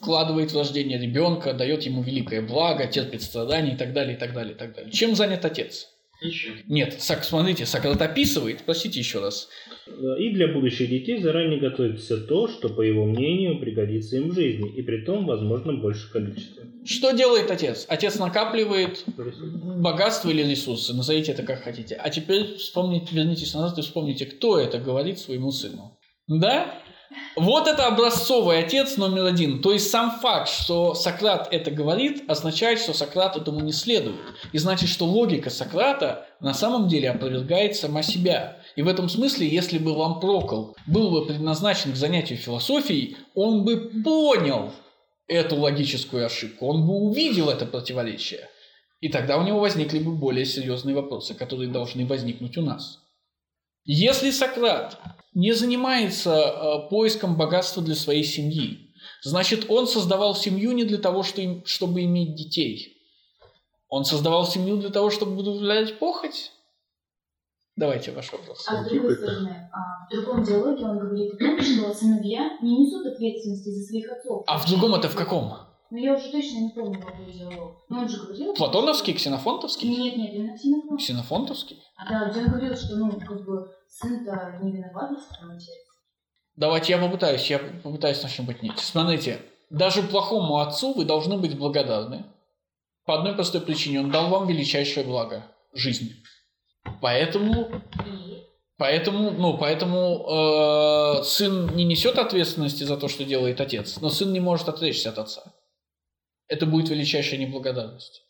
вкладывает в рождение ребенка, дает ему великое благо, терпит страдания и так далее, и так далее, и так далее. Чем занят отец? Ничем. Нет, Сак, смотрите, Сократ описывает, простите еще раз. И для будущих детей заранее готовит все то, что, по его мнению, пригодится им в жизни, и при том, возможно, в большем количестве. Что делает отец? Отец накапливает богатство или ресурсы, назовите это как хотите. А теперь вспомните, вернитесь назад и вспомните, кто это говорит своему сыну. Да? Вот это образцовый отец номер один. То есть сам факт, что Сократ это говорит, означает, что Сократ этому не следует. И значит, что логика Сократа на самом деле опровергает сама себя. И в этом смысле, если бы Лампрокл был бы предназначен к занятию философией, он бы понял эту логическую ошибку, он бы увидел это противоречие. И тогда у него возникли бы более серьезные вопросы, которые должны возникнуть у нас. Если Сократ не занимается э, поиском богатства для своей семьи, значит, он создавал семью не для того, что им, чтобы иметь детей. Он создавал семью для того, чтобы удовлетворять похоть. Давайте ваш вопрос. А с другой стороны, а, в другом диалоге он говорит о том, что сыновья не несут ответственности за своих отцов. А в другом это в каком? Ну, я уже точно не помню, какой диалог. Но он же говорил... Платоновский, ксенофонтовский? Нет, нет, именно ксенофонтовский. Ксенофонтовский? А да, где он говорил, что, ну, как бы, сын-то не виноват, если он отец. Давайте я попытаюсь, я попытаюсь начну объяснить. Смотрите, даже плохому отцу вы должны быть благодарны. По одной простой причине. Он дал вам величайшее благо – жизнь. Поэтому... Поэтому, ну, поэтому э, сын не несет ответственности за то, что делает отец, но сын не может отречься от отца. Это будет величайшая неблагодарность.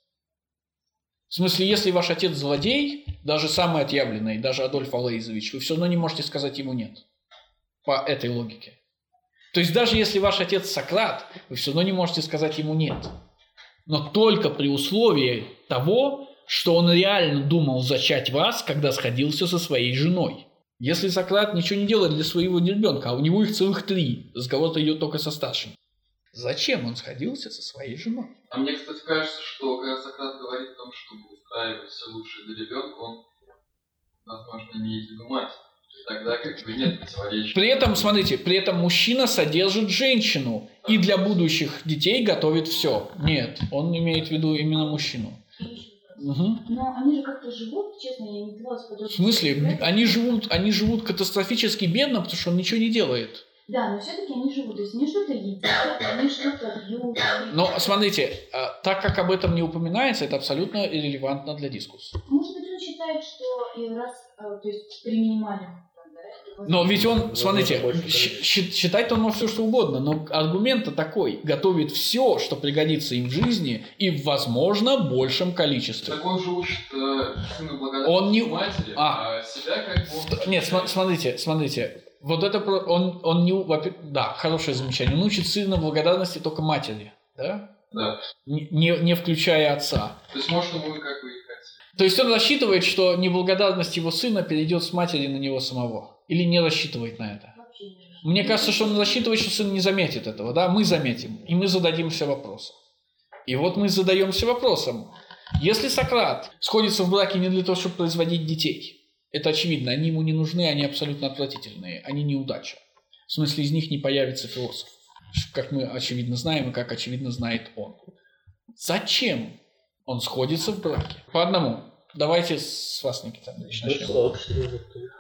В смысле, если ваш отец злодей, даже самый отъявленный, даже Адольф Алоизович, вы все равно не можете сказать ему нет. По этой логике. То есть даже если ваш отец Сократ, вы все равно не можете сказать ему нет. Но только при условии того, что он реально думал зачать вас, когда сходился со своей женой. Если Сократ ничего не делает для своего ребенка, а у него их целых три, разговор-то идет только со старшим. Зачем он сходился со своей женой? А мне, кстати, кажется, что когда Сократ говорит о том, чтобы устраивать все лучше для ребенка, он, возможно, имеет в виду мать. И тогда как бы нет противоречия. При этом, смотрите, при этом мужчина содержит женщину и для будущих детей готовит все. Нет, он имеет в виду именно мужчину. Угу. Но они же как-то живут, честно, я не пыталась подробно. В смысле? Они живут, они живут катастрофически бедно, потому что он ничего не делает. Да, но все-таки они живут. То есть они что-то едят, они что-то пьют. Но смотрите, так как об этом не упоминается, это абсолютно иррелевантно для дискуссии. Может быть, он считает, что и раз, то есть при минимальном. Но ведь он, смотрите, считать он может все что угодно, но аргумент-то такой: готовит все, что пригодится им в жизни, и в, возможно, большем количестве. Так он же учит э, сына благодарности он не... матери, а, а себя как бы... Нет, см- смотрите, смотрите, вот это, он, он не... Да, хорошее замечание, он учит сына благодарности только матери, да? Да. Не, не включая отца. То есть, может, ему как бы и хотеть. То есть он рассчитывает, что неблагодарность его сына перейдет с матери на него самого. Или не рассчитывает на это? Мне кажется, что он рассчитывает, что сын не заметит этого. Да? Мы заметим, и мы зададимся вопросом. И вот мы задаемся вопросом. Если Сократ сходится в браке не для того, чтобы производить детей, это очевидно, они ему не нужны, они абсолютно отвратительные, они неудача. В смысле, из них не появится философ. Как мы очевидно знаем, и как очевидно знает он. Зачем он сходится в браке? По одному. Давайте с вас, Никита Андреевич, начнем.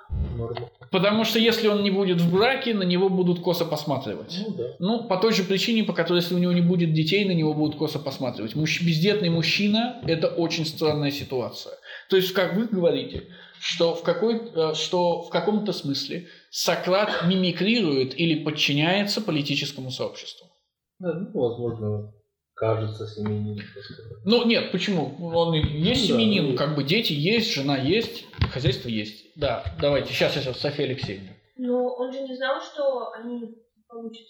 Потому что если он не будет в браке, на него будут косо посматривать. Ну, да. Ну, по той же причине, по которой, если у него не будет детей, на него будут косо посматривать. Муж... Бездетный мужчина – это очень странная ситуация. То есть, как вы говорите, что в, какой... что в каком-то смысле Сократ мимикрирует или подчиняется политическому сообществу. Да, ну, возможно, кажется семьянином. Ну, нет, почему? Он есть ну, семьянин, да, как бы дети есть, жена есть, хозяйство есть. Да, давайте, сейчас, сейчас, Софья Алексеевна. Но он же не знал, что они получат...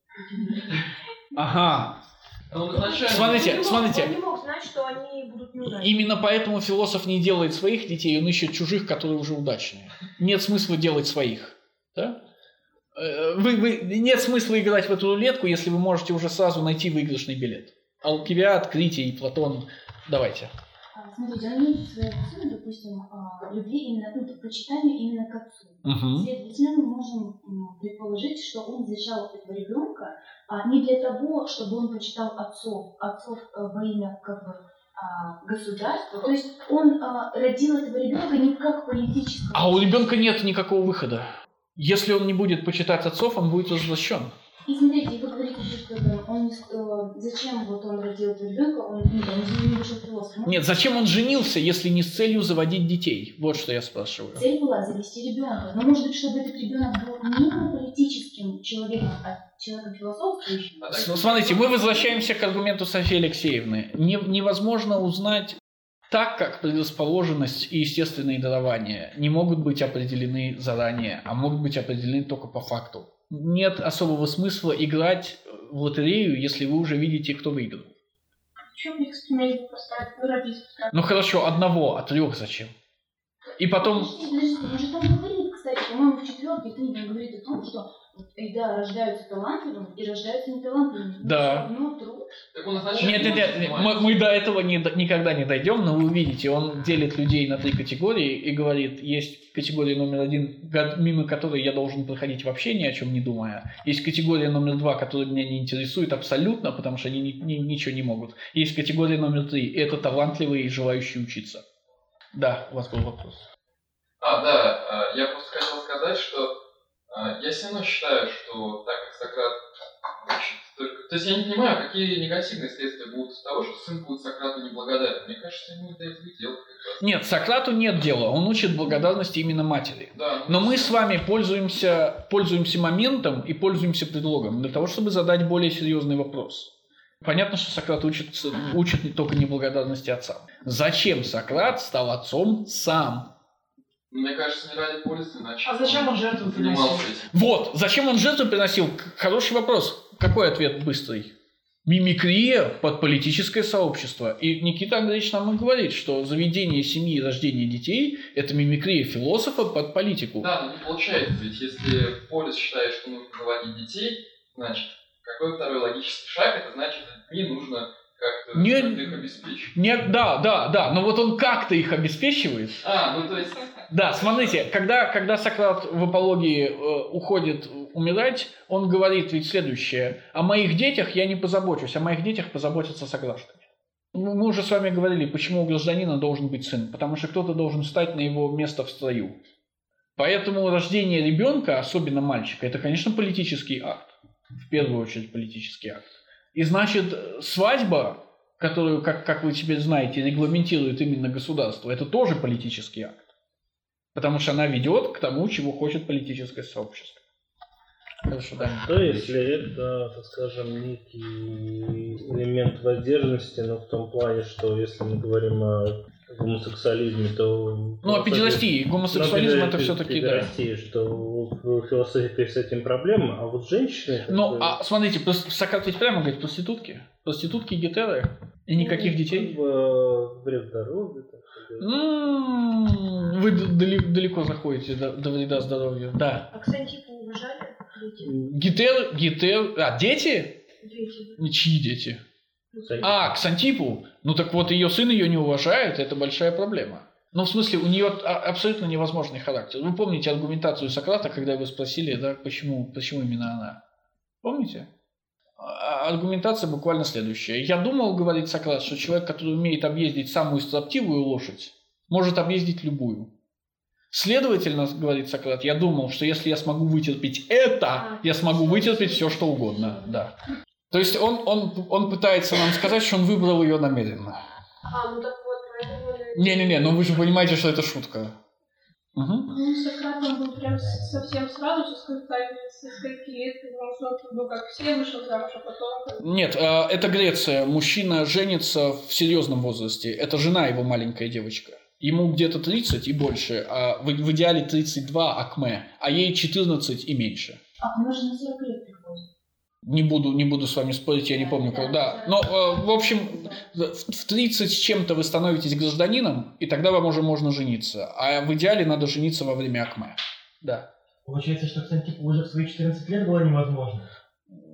Ага. Смотрите, он не смотрите. Он не мог знать, что они будут неудачными. Именно поэтому философ не делает своих детей, он ищет чужих, которые уже удачные. Нет смысла делать своих. Да? Вы, вы, нет смысла играть в эту рулетку, если вы можете уже сразу найти выигрышный билет. Алкивиад, Критий, Платон. Давайте. Смотрите, он имеет своего сына, допустим, любви именно, ну, почитанию именно к отцу. Угу. Следовательно, мы можем предположить, что он зачал этого ребенка не для того, чтобы он почитал отцов, отцов во имя как бы государства. То есть он родил этого ребенка не как политического. А у ребенка нет никакого выхода. Если он не будет почитать отцов, он будет возвращен. И смотрите, вы говорите, что он, э, зачем вот он родил этого ребенка, он, ну, он не вышел философом. Нет, зачем он женился, если не с целью заводить детей? Вот что я спрашиваю. Цель была завести ребенка. Но может быть, чтобы этот ребенок был не политическим человеком, а человеком философским. Смотрите, мы возвращаемся к аргументу Софьи Алексеевны. Не, невозможно узнать так, как предрасположенность и естественные дарования не могут быть определены заранее, а могут быть определены только по факту. Нет особого смысла играть в лотерею, если вы уже видите, кто выиграл. Почему их семейку поставить? Ну, родить. Ну хорошо, одного, а трех зачем? И потом... Подождите, подождите, он же там говорит, кстати, по-моему, в четвертой книге он говорит о том, что да, рождаются талантливыми и рождаются неталантливыми. Да. Но труд. Нет, нет, нет, мы, мы до этого не, никогда не дойдем, но вы увидите, он делит людей на три категории и говорит, есть категория номер один, мимо которой я должен проходить вообще ни о чем не думая. Есть категория номер два, которая меня не интересует абсолютно, потому что они ни, ни, ничего не могут. Есть категория номер три, это талантливые и желающие учиться. Да, у вас был вопрос. А, да, я просто хотел сказать, что я все равно считаю, что так как Сократ учит только... То есть я не понимаю, какие негативные следствия будут из того, что сын будет Сократу неблагодарен. Мне кажется, ему это и делать как раз. Нет, Сократу нет дела, он учит благодарности именно матери. Да, но мы с вами пользуемся, пользуемся моментом и пользуемся предлогом для того, чтобы задать более серьезный вопрос. Понятно, что Сократ учит, учит не только неблагодарности отцам. Зачем Сократ стал отцом сам? Мне кажется, не ради пользы, иначе... А зачем он жертву приносил? Вот, зачем он жертву приносил? Хороший вопрос. Какой ответ быстрый? Мимикрия под политическое сообщество. И Никита Андреевич нам и говорит, что заведение семьи и рождение детей – это мимикрия философа под политику. Да, но не получается, ведь если Полис считает, что нужно заводить детей, значит, какой второй логический шаг? Это значит, не нужно... как-то не, их обеспечить. Нет, да, да, да, но вот он как-то их обеспечивает. А, ну то есть... Да, смотрите, когда, когда Сократ в апологии э, уходит умирать, он говорит ведь следующее: о моих детях я не позабочусь, о моих детях позаботятся сограждане. Мы уже с вами говорили, почему у гражданина должен быть сын, потому что кто-то должен встать на его место в строю. Поэтому рождение ребенка, особенно мальчика, это, конечно, политический акт, в первую очередь политический акт. И значит, свадьба, которую, как, как вы теперь знаете, регламентирует именно государство, это тоже политический акт. Потому что она ведет к тому, чего хочет политическое сообщество. Хорошо, да. То если это, так скажем, некий элемент воздержанности, но в том плане, что если мы говорим о гомосексуализме, то... Ну, о педерастии. Гомосексуализм это все-таки, да. Что в философии с этим проблема, а вот женщины... Ну, а смотрите, Сократ ведь прямо говорит, проститутки. Проститутки, гетеры. И никаких детей. Вред здоровью. Вы далеко заходите до, до вреда здоровью. Да. А Ксантипу уважали? Гетер, гетер... А, дети? Дети. Чьи дети? А, Ксантипу? Ну так вот, ее сын ее не уважает, это большая проблема. Ну, в смысле, у нее абсолютно невозможный характер. Вы помните аргументацию Сократа, когда вы спросили, да, почему, почему именно она? Помните? Аргументация буквально следующая. Я думал, говорит Сократ, что человек, который умеет объездить самую строптивую лошадь, может объездить любую. Следовательно, говорит Сократ, я думал, что если я смогу вытерпеть это, я смогу вытерпеть все, что угодно. Да. То есть он, он, он пытается нам сказать, что он выбрал ее намеренно. А, ну так вот, поэтому... Не-не-не, но вы же понимаете, что это шутка. Угу. Ну, Сократ, он был прям совсем сразу со скольки, со скольки лет, потому что он, ну, как все вышел замуж, а потом... Нет, это Греция. Мужчина женится в серьезном возрасте. Это жена его маленькая девочка. Ему где-то тридцать и больше, а в, в идеале тридцать два акме, а ей четырнадцать и меньше. А она же на сорок лет приходит. Не буду, не буду с вами спорить, я не помню, да, когда. Но, в общем, в тридцать с чем-то вы становитесь гражданином, и тогда вам уже можно жениться. А в идеале надо жениться во время акме. Да. Получается, что Ксантипу уже в свои четырнадцать лет было невозможно.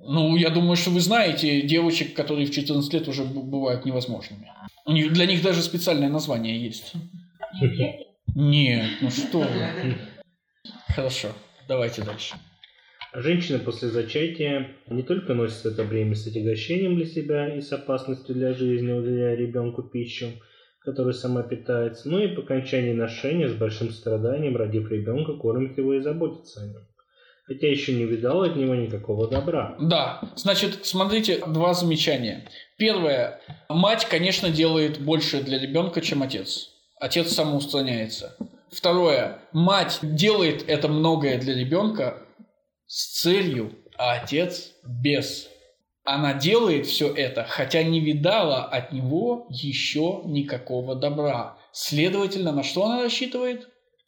Ну, я думаю, что вы знаете девочек, которые в четырнадцать лет уже б- бывают невозможными. У них, для них даже специальное название есть. Нет, ну что вы. Хорошо, давайте дальше. Женщины после зачатия не только носят это бремя с отягощением для себя и с опасностью для жизни, уделяя ребенку пищу, которой сама питается, но и по окончании ношения с большим страданием, родив ребенка, кормит его и заботится о нем. Хотя еще не видала от него никакого добра. Да, значит, смотрите, два замечания. Первое. Мать, конечно, делает больше для ребенка, чем отец. Отец самоустраняется. Второе. Мать делает это многое для ребенка с целью, а отец без. Она делает все это, хотя не видала от него еще никакого добра. Следовательно, на что она рассчитывает?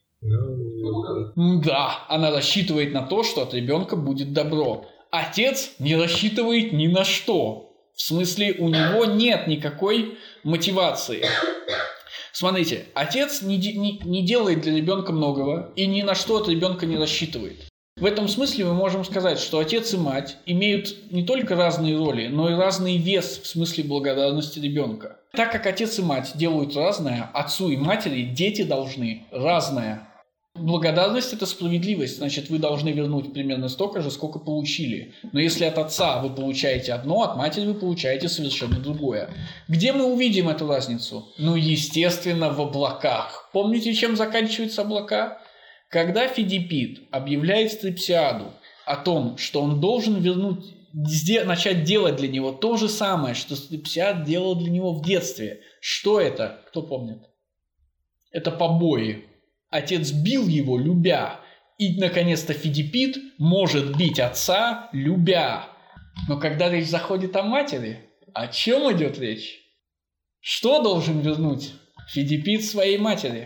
Да, она рассчитывает на то, что от ребенка будет добро. Отец не рассчитывает ни на что. В смысле, у него нет никакой мотивации. Смотрите, отец не, не, не делает для ребенка многого и ни на что от ребенка не рассчитывает. В этом смысле мы можем сказать, что отец и мать имеют не только разные роли, но и разный вес в смысле благодарности ребенка. Так как отец и мать делают разное, отцу и матери дети должны разное. Благодарность – это справедливость, значит, вы должны вернуть примерно столько же, сколько получили. Но если от отца вы получаете одно, от матери вы получаете совершенно другое. Где мы увидим эту разницу? Ну, естественно, в облаках. Помните, чем заканчиваются облака? Когда Фидиппид объявляет Стрепсиаду о том, что он должен вернуть, начать делать для него то же самое, что Стрепсиад делал для него в детстве. Что это? Кто помнит? Это побои. Отец бил его, любя. И, наконец-то, Фидиппид может бить отца, любя. Но когда речь заходит о матери, о чем идет речь? Что должен вернуть Фидиппид своей матери?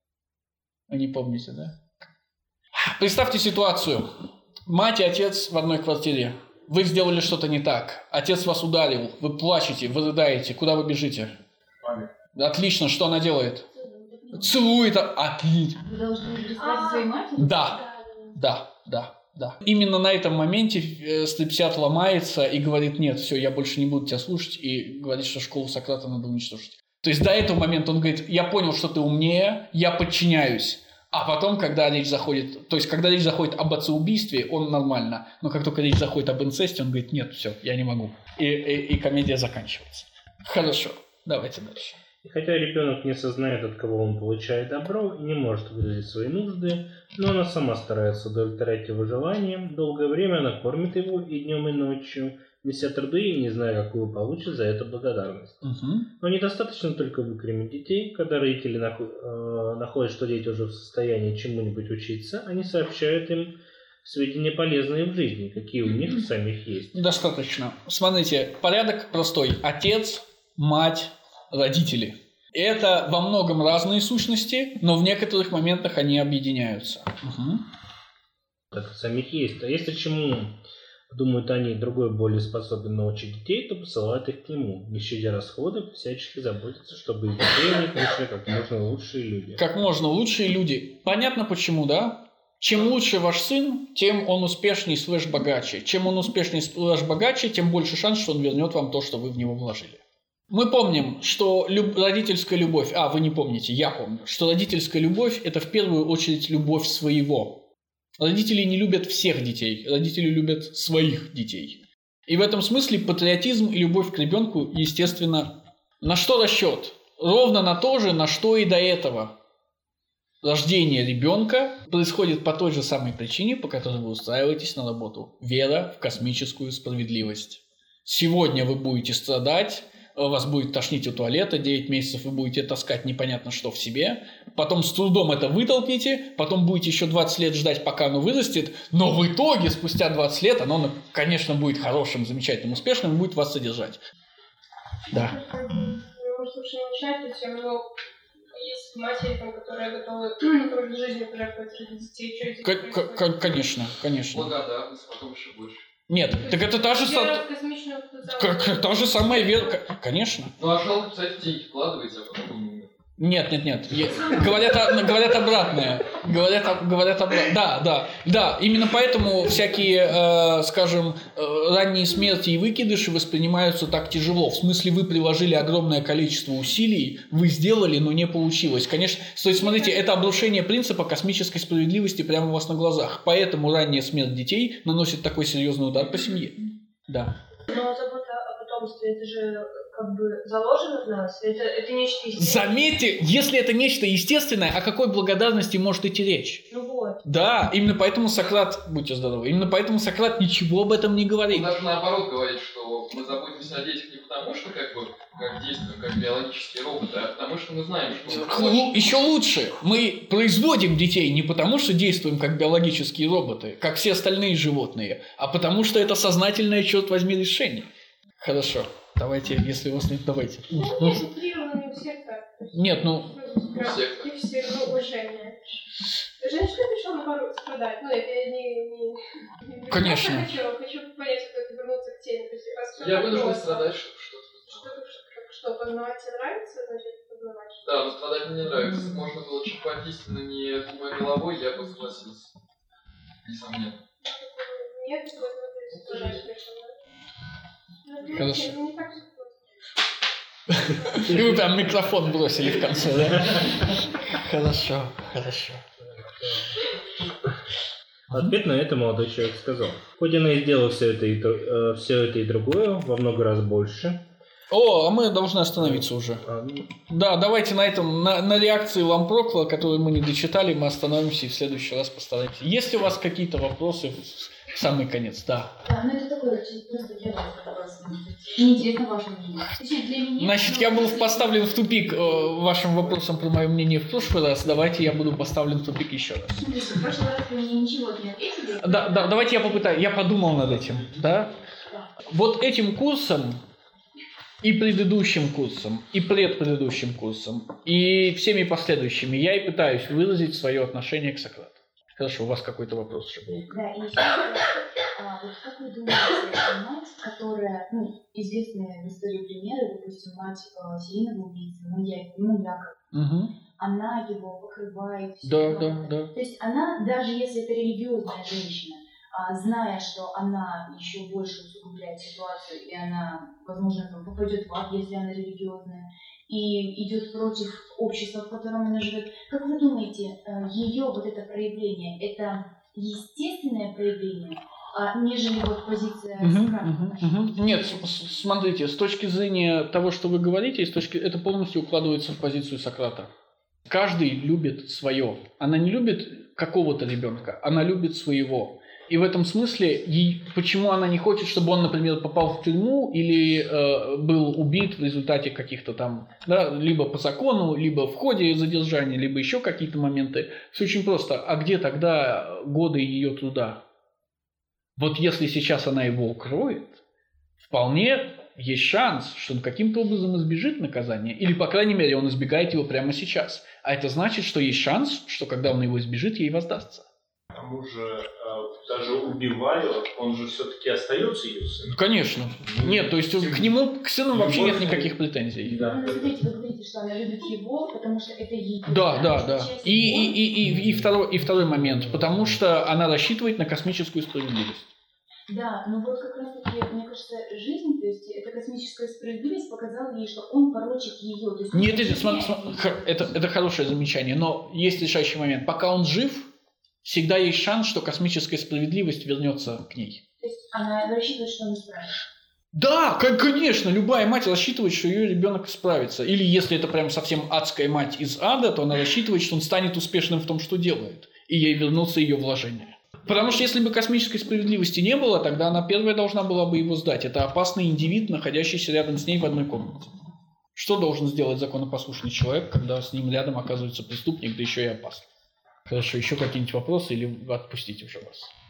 Вы не помните, да? Представьте ситуацию. Мать и отец в одной квартире. Вы сделали что-то не так. Отец вас ударил. Вы плачете, вы рыдаете. Куда вы бежите? Маме. Отлично. Что она делает? Целует. Отлично. Вы должны пристать своей матери? Да. Да, да, да. Именно на этом моменте Стрепсиад ломается и говорит: нет, все, я больше не буду тебя слушать. И говорит, что школу Сократа надо уничтожить. То есть до этого момента он говорит: я понял, что ты умнее, я подчиняюсь. А потом, когда речь заходит, то есть, когда речь заходит об отцеубийстве, он нормально. Но как только речь заходит об инцесте, он говорит: нет, все, я не могу. И, и, и комедия заканчивается. Хорошо, давайте дальше. И хотя ребенок не осознает, от кого он получает добро, и не может выразить свои нужды, но она сама старается удовлетворять его желания, долгое время она кормит его и днем, и ночью, неся труды и не зная, какую получит за это благодарность. Угу. Но недостаточно только выкормить детей. Когда родители наход, э, находят, что дети уже в состоянии чему-нибудь учиться, они сообщают им сведения полезные в жизни, какие у них самих есть. Достаточно. Смотрите, порядок простой. Отец, мать, родители. Это во многом разные сущности, но в некоторых моментах они объединяются. Угу. Так самих есть. А если чему думают они, другой более способен научить детей, то посылают их к нему, не щадя расходов, всячески заботятся, чтобы из детей у них вышли как можно лучшие люди. Как можно лучшие люди. Понятно почему, да? Чем лучше ваш сын, тем он успешнее слэш богаче. Чем он успешнее слэш богаче, тем больше шанс, что он вернет вам то, что вы в него вложили. Мы помним, что люб... родительская любовь, а вы не помните, я помню, что родительская любовь – это в первую очередь любовь своего. Родители не любят всех детей, родители любят своих детей. И в этом смысле патриотизм и любовь к ребенку, естественно, на что расчет? Ровно на то же, на что и до этого. Рождение ребенка происходит по той же самой причине, по которой вы устраиваетесь на работу. Вера в космическую справедливость. Сегодня вы будете страдать, вас будет тошнить у туалета, девять месяцев вы будете таскать непонятно что в себе, потом с трудом это вытолкните, потом будете еще двадцать лет ждать, пока оно вырастет, но в итоге, спустя двадцать лет, оно, конечно, будет хорошим, замечательным, успешным и будет вас содержать. Да. Может, лучше не начать, ведь ну, есть матери, там, которые готовы в жизни пожертвовать ради детей. Что здесь происходит? Конечно, конечно. Благодарность, потом еще больше. Нет, так это та же, Вера са... в космичную к- та же самая вера, конечно. Ну а жалко, кстати, деньги вкладываете, а потом... Нет, нет, нет. Я- Говорят, о- говорят обратное. Говорят, об- говорят об... Да, да, да. Именно поэтому всякие, э, скажем, э, ранние смерти и выкидыши воспринимаются так тяжело. В смысле, вы приложили огромное количество усилий, вы сделали, но не получилось. Конечно, то есть, смотрите, это обрушение принципа космической справедливости прямо у вас на глазах. Поэтому ранняя смерть детей наносит такой серьезный удар по семье. Да. Но забота о потомстве, это же как бы заложено в нас, это, это нечто естественное. Заметьте, если это нечто естественное, о какой благодарности может идти речь? Ну вот. Да, именно поэтому Сократ, будьте здоровы, именно поэтому Сократ ничего об этом не говорит. Он даже наоборот говорит, что мы заботимся о детях не потому, что как бы как действуем как биологические роботы, а потому что мы знаем, что... Лу- Еще лучше, мы производим детей не потому, что действуем как биологические роботы, как все остальные животные, а потому что это сознательное, черт возьми, решение. Хорошо, давайте, если у вас нет, давайте. Ну, нет, утрированно не у всех так. Нет, ну... Не все, ну, уважение. Женщина пришла наоборот страдать. Ну, это я не... не, не Конечно. Я хочу, хочу понять, как это вернуться к теме. То есть, раз всё Я так вынужден просто, страдать, чтобы что-то Что, что, что, познавать тебе нравится, значит, познавать. Да, но страдать мне не нравится. Если можно было черпать истину не думая головой, я бы согласился. Несомненно. Нет, вот ты страдать пришел, да? Ну, Хорошо. ну, не так всё просто. И вы прям микрофон бросили в конце, да? Хорошо, хорошо. Ответ на это молодой человек сказал. Хоть она и сделала все это и, то- э, все это и другое, во много раз больше. О, а мы должны остановиться уже. А, ну, Да, давайте на этом, на, на реакции Лампрокла, которую мы не дочитали, мы остановимся и в следующий раз постараемся. Есть ли у вас какие-то вопросы в, в самый конец? Да. Да, ну это такой очень просто для вас вопрос, может быть. Мне интересно ваше мнение. Точнее, для меня... Значит, я был поставлен в тупик э, вашим вопросом про мое мнение в прошлый раз. Давайте я буду поставлен в тупик еще раз. Ну, то есть в прошлый раз вы мне ничего не ответили. Да, да, давайте я попытаюсь. Я подумал над этим, да? Вот этим курсом и предыдущим курсом, и предпредыдущим курсом, и всеми последующими я и пытаюсь выразить свое отношение к Сократу. Хорошо, у вас какой-то вопрос еще был. Да, и еще а, вот как вы думаете, мать, которая, ну, известная в истории примеры, допустим, мать э, серийного убийцы, маньяка, маньяка, Угу. она его покрывает. всё Да, такое. да, да. То есть она, даже если это религиозная женщина, а, зная, что она еще больше усугубляет ситуацию, и она, возможно, там, попадет в ад, если она религиозная, и идет против общества, в котором она живет. Как вы думаете, ее вот это проявление, это естественное проявление, а, нежели вот позиция Мгм, Сократа? мгм, мгм. Нет, с- с- смотрите, с точки зрения того, что вы говорите, и с точки... это полностью укладывается в позицию Сократа. Каждый любит свое. Она не любит какого-то ребенка, она любит своего. И в этом смысле, ей, почему она не хочет, чтобы он, например, попал в тюрьму или э, был убит в результате каких-то там, да, либо по закону, либо в ходе задержания, либо еще какие-то моменты. Все очень просто. А где тогда годы ее труда? Вот если сейчас она его укроет, вполне есть шанс, что он каким-то образом избежит наказания. Или, по крайней мере, он избегает его прямо сейчас. А это значит, что есть шанс, что когда он его избежит, ей воздастся. К тому же, э, даже убивая, он же все-таки остается ее сыном. Конечно. Нет, то есть к нему, к сыну вообще нет никаких претензий. Ну, смотрите, вы говорите, что она любит его, потому что это ее. Да, да, да. И, и, и, и, и, второй, и второй момент. Потому что она рассчитывает на космическую справедливость. Да, но вот как раз таки, мне кажется, жизнь, то есть эта космическая справедливость показала ей, что он порочит ее. То есть Нет, это, смотри, смотри, это, это хорошее замечание, но есть решающий момент. Пока он жив, всегда есть шанс, что космическая справедливость вернется к ней. То есть она рассчитывает, что он исправится. Да, конечно, любая мать рассчитывает, что ее ребенок справится. Или если это прям совсем адская мать из ада, то она рассчитывает, что он станет успешным в том, что делает. И ей вернутся ее вложения. Потому что если бы космической справедливости не было, тогда она первая должна была бы его сдать. Это опасный индивид, находящийся рядом с ней в одной комнате. Что должен сделать законопослушный человек, когда с ним рядом оказывается преступник, да еще и опасный? Хорошо, еще какие-нибудь вопросы или отпустить уже вас?